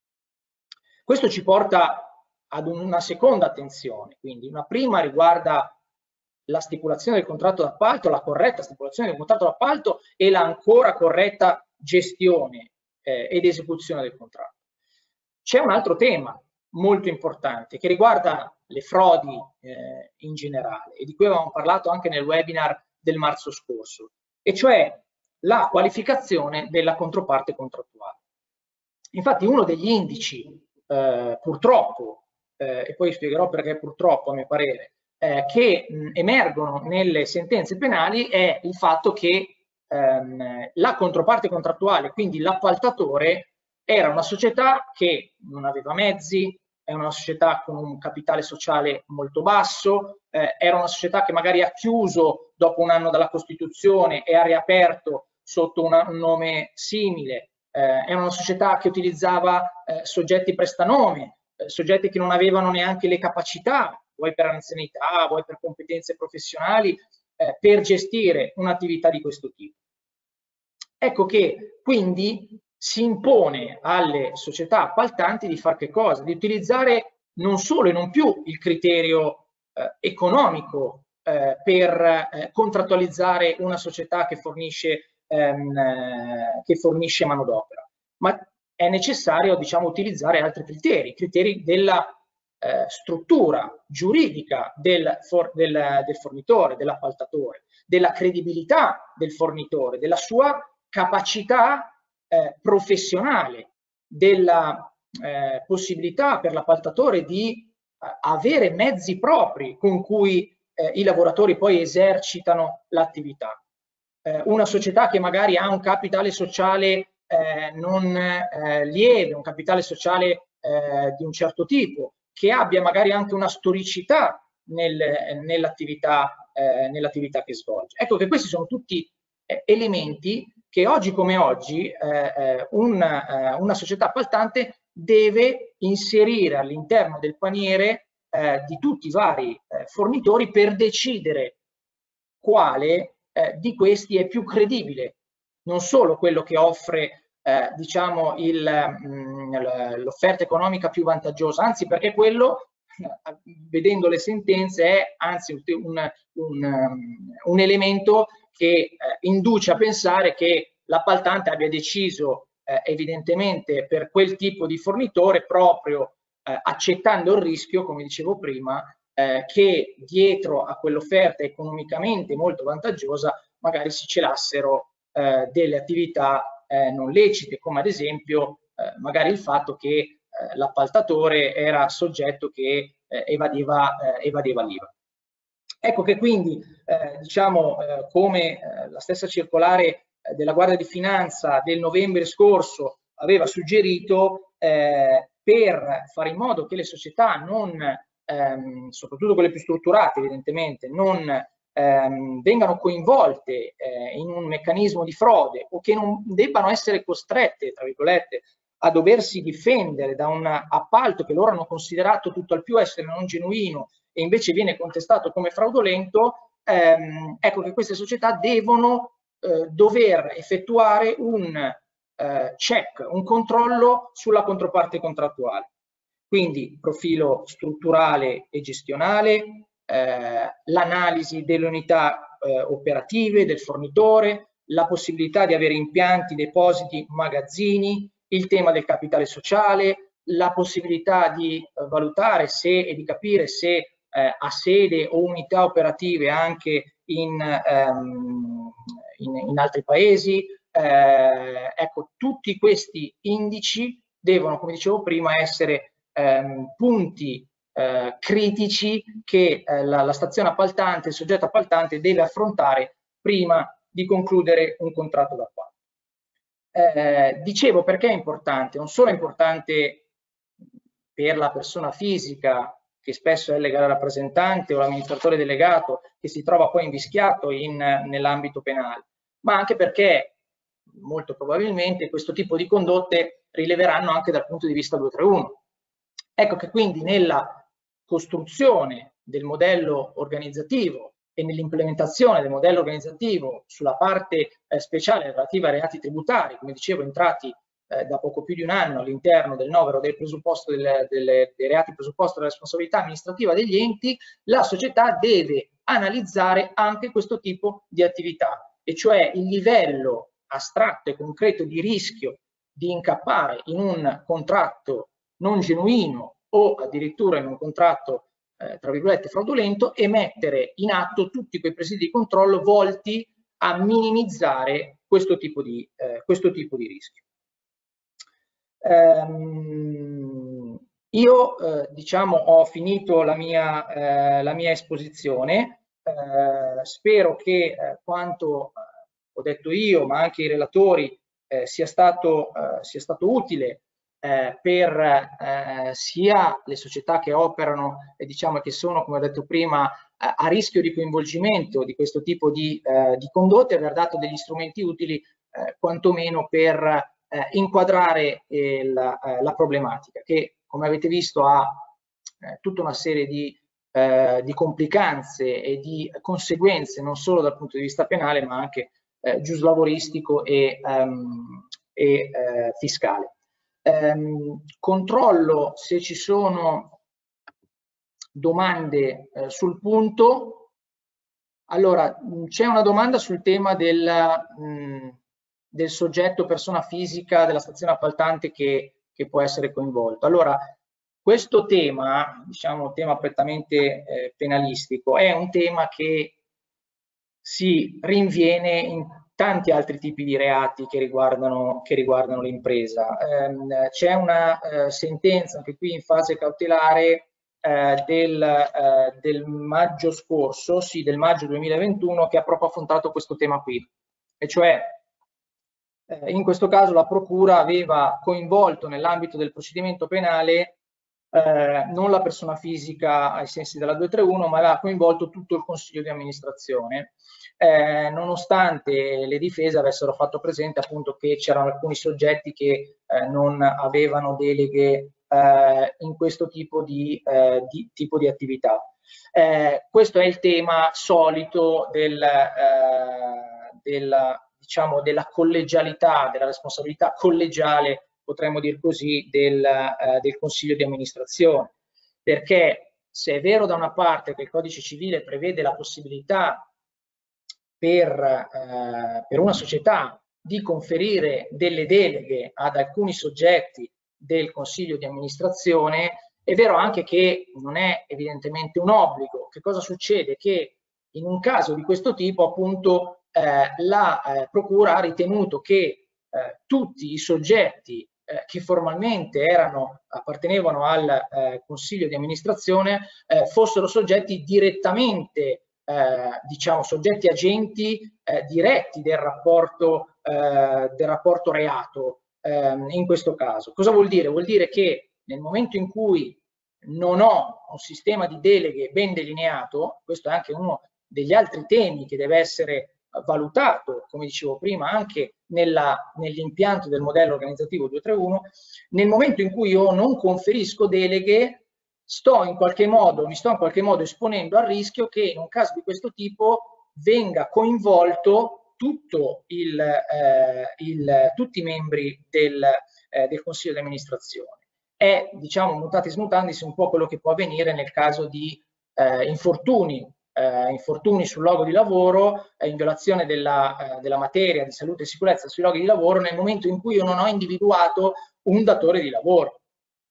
Questo ci porta ad una seconda attenzione, quindi una prima riguarda la stipulazione del contratto d'appalto, la corretta stipulazione del contratto d'appalto e la ancora corretta gestione eh, ed esecuzione del contratto. C'è un altro tema molto importante che riguarda le frodi eh, in generale e di cui avevamo parlato anche nel webinar del marzo scorso, e cioè la qualificazione della controparte contrattuale. Infatti uno degli indici eh, purtroppo, eh, e poi spiegherò perché purtroppo a mio parere, Eh, che mh, emergono nelle sentenze penali è il fatto che ehm, la controparte contrattuale, quindi l'appaltatore, era una società che non aveva mezzi, è una società con un capitale sociale molto basso, eh, era una società che magari ha chiuso dopo un anno dalla Costituzione e ha riaperto sotto una, un nome simile, eh, era una società che utilizzava eh, soggetti prestanome, eh, soggetti che non avevano neanche le capacità, vuoi per anzianità, vuoi per competenze professionali, eh, per gestire un'attività di questo tipo. Ecco che quindi si impone alle società appaltanti di fare che cosa? Di utilizzare non solo e non più il criterio eh, economico eh, per eh, contrattualizzare una società che fornisce, ehm, eh, che fornisce manodopera, ma è necessario, diciamo, utilizzare altri criteri, criteri della Eh, struttura giuridica del, for, del, del fornitore, dell'appaltatore, della credibilità del fornitore, della sua capacità eh, professionale, della eh, possibilità per l'appaltatore di eh, avere mezzi propri con cui eh, i lavoratori poi esercitano l'attività. Eh, una società che magari ha un capitale sociale eh, non eh, lieve, un capitale sociale eh, di un certo tipo, che abbia magari anche una storicità nel, nell'attività eh, nell'attività che svolge. Ecco che questi sono tutti eh, elementi che oggi come oggi eh, un, eh, una società appaltante deve inserire all'interno del paniere eh, di tutti i vari eh, fornitori per decidere quale eh, di questi è più credibile, non solo quello che offre eh, diciamo l'offerta economica più vantaggiosa, anzi perché quello, vedendo le sentenze, è anzi un, un, un elemento che eh, induce a pensare che l'appaltante abbia deciso eh, evidentemente per quel tipo di fornitore proprio eh, accettando il rischio, come dicevo prima, eh, che dietro a quell'offerta economicamente molto vantaggiosa magari si celassero eh, delle attività eh, non lecite, come ad esempio eh, magari il fatto che eh, l'appaltatore era soggetto che eh, evadeva, eh, evadeva l'I V A. Ecco che quindi, eh, diciamo, eh, come eh, la stessa circolare eh, della Guardia di Finanza del novembre scorso aveva suggerito, eh, per fare in modo che le società non, ehm, soprattutto quelle più strutturate evidentemente, non ehm, vengano coinvolte eh, in un meccanismo di frode o che non debbano essere costrette, tra virgolette, a doversi difendere da un appalto che loro hanno considerato tutto al più essere non genuino e invece viene contestato come fraudolento, ehm, ecco che queste società devono eh, dover effettuare un eh, check, un controllo sulla controparte contrattuale. Quindi profilo strutturale e gestionale, eh, l'analisi delle unità eh, operative del fornitore, la possibilità di avere impianti, depositi, magazzini, il tema del capitale sociale, la possibilità di eh, valutare se e di capire se eh, ha sede o unità operative anche in, ehm, in, in altri paesi. Eh, ecco, tutti questi indici devono, come dicevo prima, essere ehm, punti eh, critici che eh, la, la stazione appaltante, il soggetto appaltante deve affrontare prima di concludere un contratto d'appalto. Eh, dicevo perché è importante, non solo è importante per la persona fisica che spesso è il legale rappresentante o l'amministratore delegato che si trova poi invischiato in, nell'ambito penale, ma anche perché molto probabilmente questo tipo di condotte rileveranno anche dal punto di vista duecentotrentuno. Ecco che quindi nella costruzione del modello organizzativo e nell'implementazione del modello organizzativo sulla parte eh, speciale relativa ai reati tributari, come dicevo, entrati eh, da poco più di un anno all'interno del novero del presupposto del, delle, dei reati presupposto della responsabilità amministrativa degli enti, la società deve analizzare anche questo tipo di attività, e cioè il livello astratto e concreto di rischio di incappare in un contratto non genuino o addirittura in un contratto eh, tra virgolette fraudolento, e mettere in atto tutti quei presidi di controllo volti a minimizzare questo tipo di, eh, questo tipo di rischio. Ehm, io eh, diciamo ho finito la mia, eh, la mia esposizione, eh, spero che eh, quanto ho detto io ma anche i relatori eh, sia, stato, eh, sia stato utile Eh, per eh, sia le società che operano e diciamo che sono, come ho detto prima, eh, a rischio di coinvolgimento di questo tipo di, eh, di condotte, aver dato degli strumenti utili eh, quantomeno per eh, inquadrare il, eh, la problematica, che come avete visto ha eh, tutta una serie di, eh, di complicanze e di conseguenze non solo dal punto di vista penale ma anche eh, giuslavoristico e, um, e eh, fiscale. Ehm, controllo se ci sono domande eh, sul punto. Allora, c'è una domanda sul tema del, mh, del soggetto persona fisica della stazione appaltante che, che può essere coinvolto. Allora, questo tema, diciamo tema prettamente eh, penalistico, è un tema che si rinviene in tanti altri tipi di reati che riguardano, che riguardano l'impresa. Eh, c'è una eh, sentenza anche qui in fase cautelare eh, del, eh, del maggio scorso, sì, del maggio duemilaventuno, che ha proprio affrontato questo tema qui, e cioè eh, in questo caso la procura aveva coinvolto nell'ambito del procedimento penale eh, non la persona fisica ai sensi della duecentotrentuno, ma aveva coinvolto tutto il consiglio di amministrazione, eh, nonostante le difese avessero fatto presente appunto che c'erano alcuni soggetti che eh, non avevano deleghe eh, in questo tipo di, eh, di, tipo di attività. Eh, questo è il tema solito del, eh, della, diciamo, della collegialità, della responsabilità collegiale, potremmo dire così, del, eh, del Consiglio di amministrazione. Perché se è vero da una parte che il Codice Civile prevede la possibilità per, eh, per una società di conferire delle deleghe ad alcuni soggetti del Consiglio di amministrazione, è vero anche che non è evidentemente un obbligo. Che cosa succede? Che in un caso di questo tipo, appunto, eh, la eh, Procura ha ritenuto che eh, tutti i soggetti eh, che formalmente erano, appartenevano al eh, Consiglio di amministrazione eh, fossero soggetti direttamente, eh, diciamo, soggetti agenti eh, diretti del rapporto, eh, del rapporto reato eh, in questo caso. Cosa vuol dire? Vuol dire che nel momento in cui non ho un sistema di deleghe ben delineato, questo è anche uno degli altri temi che deve essere valutato, come dicevo prima, anche nell'impianto del modello organizzativo duecentotrentuno, nel momento in cui io non conferisco deleghe, sto in qualche modo, mi sto in qualche modo esponendo al rischio che in un caso di questo tipo venga coinvolto tutto il, eh, il, tutti i membri del, eh, del Consiglio di amministrazione. È, diciamo, mutatis mutandis un po' quello che può avvenire nel caso di eh, infortuni, eh, infortuni sul luogo di lavoro, eh, in violazione della, eh, della materia di salute e sicurezza sui luoghi di lavoro, nel momento in cui io non ho individuato un datore di lavoro.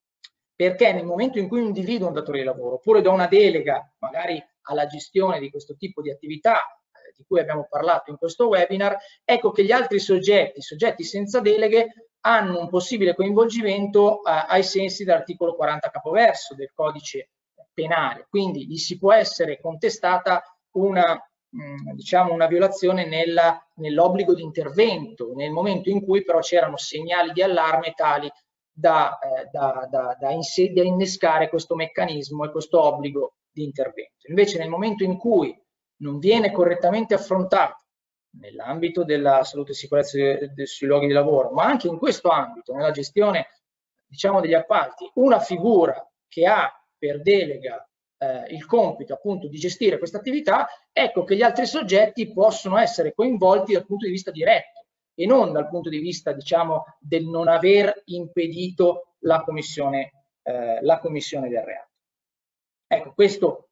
Perché nel momento in cui individuo un datore di lavoro, oppure do una delega magari alla gestione di questo tipo di attività eh, di cui abbiamo parlato in questo webinar, ecco che gli altri soggetti, soggetti senza deleghe, hanno un possibile coinvolgimento eh, ai sensi dell'articolo quaranta capoverso del codice penale. Quindi gli si può essere contestata una, mh, diciamo, una violazione nell'obbligo di intervento, nel momento in cui però c'erano segnali di allarme tali Da, eh, da, da, da, da innescare questo meccanismo e questo obbligo di intervento. Invece nel momento in cui non viene correttamente affrontato nell'ambito della salute e sicurezza de, de, sui luoghi di lavoro, ma anche in questo ambito, nella gestione, diciamo, degli appalti, una figura che ha per delega eh, il compito appunto di gestire questa attività, ecco che gli altri soggetti possono essere coinvolti dal punto di vista diretto e non dal punto di vista, diciamo, del non aver impedito la commissione, eh, la commissione del reato. Ecco, questo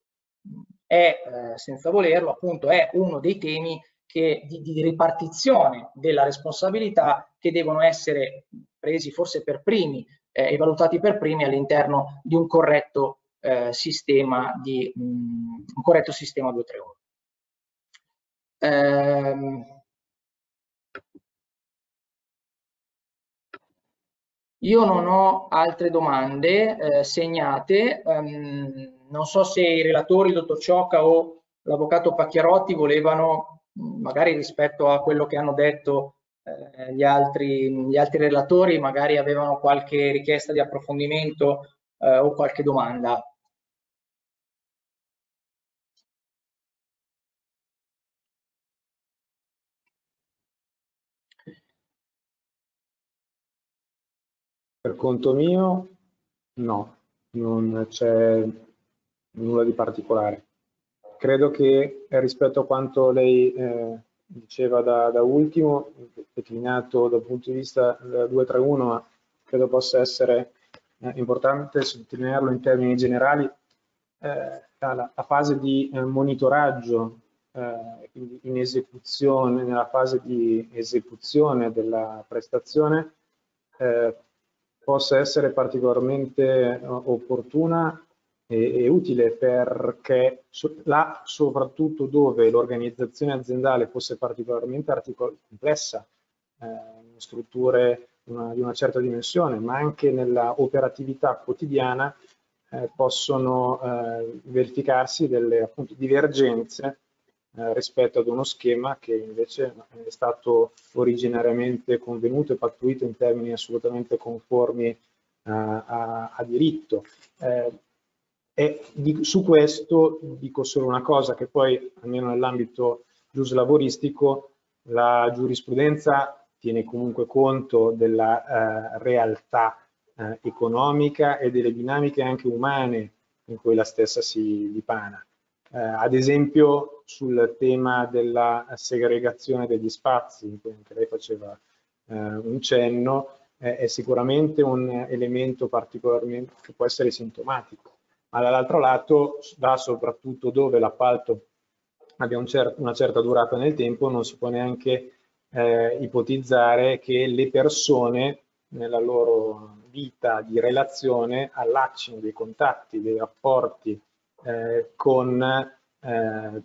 è, eh, senza volerlo, appunto, è uno dei temi che, di, di ripartizione della responsabilità che devono essere presi forse per primi eh, e valutati per primi all'interno di un corretto eh, sistema di mh, un corretto sistema duecentotrentuno. Ehm, Io non ho altre domande eh, segnate, um, non so se i relatori, il dottor Ciocca o l'avvocato Pacchiarotti, volevano, magari rispetto a quello che hanno detto eh, gli, altri, gli altri relatori, magari avevano qualche richiesta di approfondimento eh, o qualche domanda. Per conto mio, no, non c'è nulla di particolare. Credo che rispetto a quanto lei eh, diceva da, da ultimo, declinato dal punto di vista del duecentotrentuno, credo possa essere eh, importante sottolinearlo in termini generali, eh, la, la fase di eh, monitoraggio, eh, quindi in esecuzione, nella fase di esecuzione della prestazione, eh, possa essere particolarmente opportuna e, e utile, perché so, là soprattutto dove l'organizzazione aziendale fosse particolarmente complessa, eh, strutture una, di una certa dimensione, ma anche nella operatività quotidiana eh, possono eh, verificarsi delle appunto divergenze eh, rispetto ad uno schema che invece è stato originariamente convenuto e pattuito in termini assolutamente conformi ha, ha diritto. Eh, e di, su questo dico solo una cosa, che poi almeno nell'ambito giuslavoristico la giurisprudenza tiene comunque conto della eh, realtà eh, economica e delle dinamiche anche umane in cui la stessa si dipana. Eh, ad esempio sul tema della segregazione degli spazi, in cui anche lei faceva eh, un cenno, eh, è sicuramente un elemento particolarmente che può essere sintomatico, ma dall'altro lato, da soprattutto dove l'appalto abbia un cer- una certa durata nel tempo, non si può neanche eh, ipotizzare che le persone nella loro vita di relazione allaccino dei contatti, dei rapporti eh, con eh,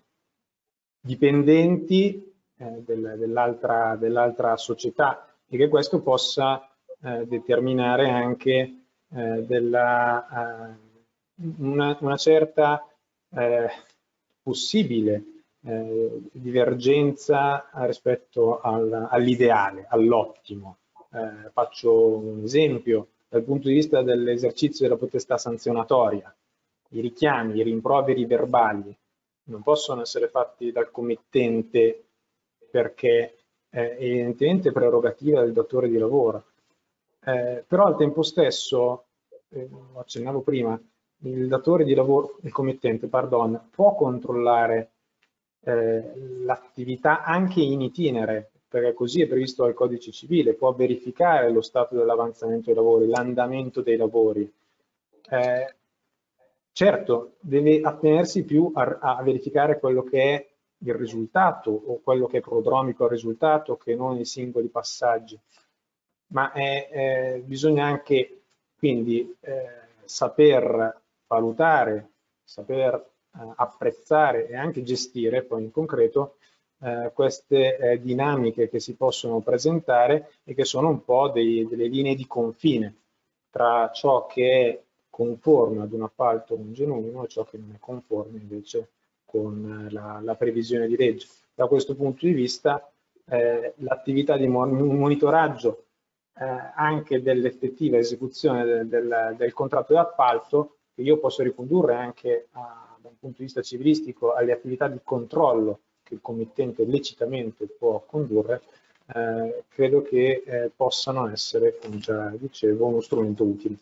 dipendenti eh, del, dell'altra, dell'altra società, e che questo possa eh, determinare anche eh, della, eh, una, una certa eh, possibile eh, divergenza rispetto al, all'ideale, all'ottimo. Eh, faccio un esempio dal punto di vista dell'esercizio della potestà sanzionatoria. I richiami, i rimproveri verbali non possono essere fatti dal committente perché è evidentemente prerogativa del datore di lavoro. Eh, però al tempo stesso, eh, lo accennavo prima, il datore di lavoro, il committente, pardon, può controllare eh, l'attività anche in itinere, perché così è previsto dal Codice Civile, può verificare lo stato dell'avanzamento dei lavori, l'andamento dei lavori. Eh, certo, deve attenersi più a, a verificare quello che è il risultato o quello che è prodromico al risultato che non i singoli passaggi, ma è, eh, bisogna anche quindi eh, saper valutare, saper eh, apprezzare e anche gestire poi in concreto eh, queste eh, dinamiche che si possono presentare e che sono un po' dei, delle linee di confine tra ciò che è conforme ad un appalto non genuino e ciò che non è conforme invece con la, la previsione di legge. Da questo punto di vista eh, l'attività di monitoraggio eh, anche dell'effettiva esecuzione del, del, del contratto d'appalto, che io posso ricondurre anche a, da un punto di vista civilistico alle attività di controllo che il committente lecitamente può condurre, eh, credo che eh, possano essere, come già dicevo, uno strumento utile.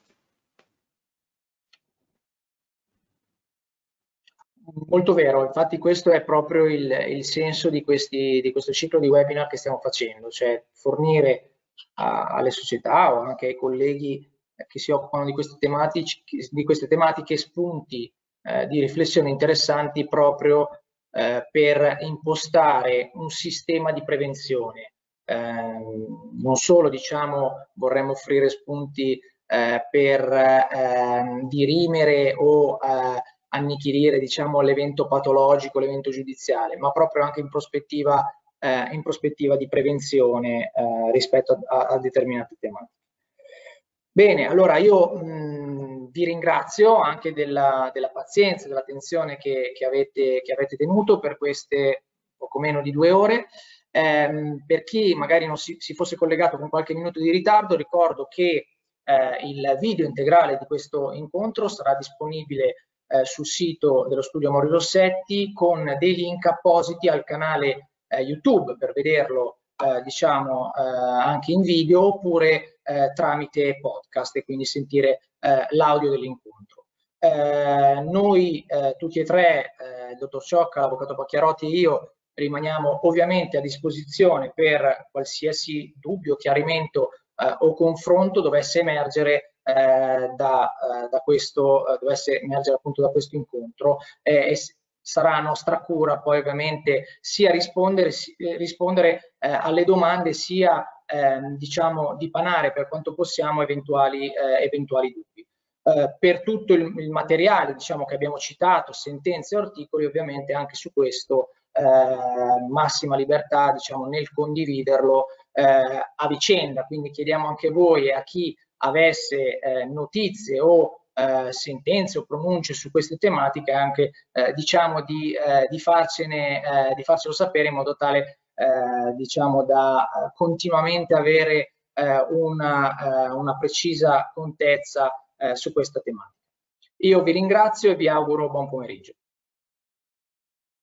Molto vero, infatti questo è proprio il, il senso di, questi, di questo ciclo di webinar che stiamo facendo, cioè fornire a, alle società o anche ai colleghi che si occupano di queste tematiche, di queste tematiche spunti eh, di riflessione interessanti proprio eh, per impostare un sistema di prevenzione. Eh, non solo diciamo vorremmo offrire spunti eh, per eh, dirimere o eh, annichilire diciamo l'evento patologico, l'evento giudiziale, ma proprio anche in prospettiva, eh, in prospettiva di prevenzione eh, rispetto a, a determinate tematiche. Bene, allora io mh, vi ringrazio anche della, della pazienza, dell'attenzione che, che, avete, che avete tenuto per queste poco meno di due ore. Eh, per chi magari non si, si fosse collegato con qualche minuto di ritardo, ricordo che eh, il video integrale di questo incontro sarà disponibile Eh, sul sito dello studio Mori Rossetti con dei link appositi al canale eh, YouTube per vederlo eh, diciamo eh, anche in video oppure eh, tramite podcast e quindi sentire eh, l'audio dell'incontro. Eh, noi eh, tutti e tre, eh, il dottor Ciocca, l'avvocato Pacchiarotti e io, rimaniamo ovviamente a disposizione per qualsiasi dubbio, chiarimento eh, o confronto dovesse emergere Eh, da, eh, da questo eh, dovesse emergere appunto da questo incontro eh, e sarà nostra cura poi ovviamente sia rispondere, si, rispondere eh, alle domande sia eh, diciamo dipanare per quanto possiamo eventuali, eh, eventuali dubbi. Eh, per tutto il, il materiale diciamo che abbiamo citato, sentenze e articoli, ovviamente anche su questo eh, massima libertà diciamo nel condividerlo eh, a vicenda, quindi chiediamo anche voi e a chi avesse eh, notizie o eh, sentenze o pronunce su queste tematiche anche eh, diciamo di, eh, di, farcene, eh, di farcelo sapere in modo tale eh, diciamo da continuamente avere eh, una, eh, una precisa contezza eh, su questa tematica. Io vi ringrazio e vi auguro buon pomeriggio.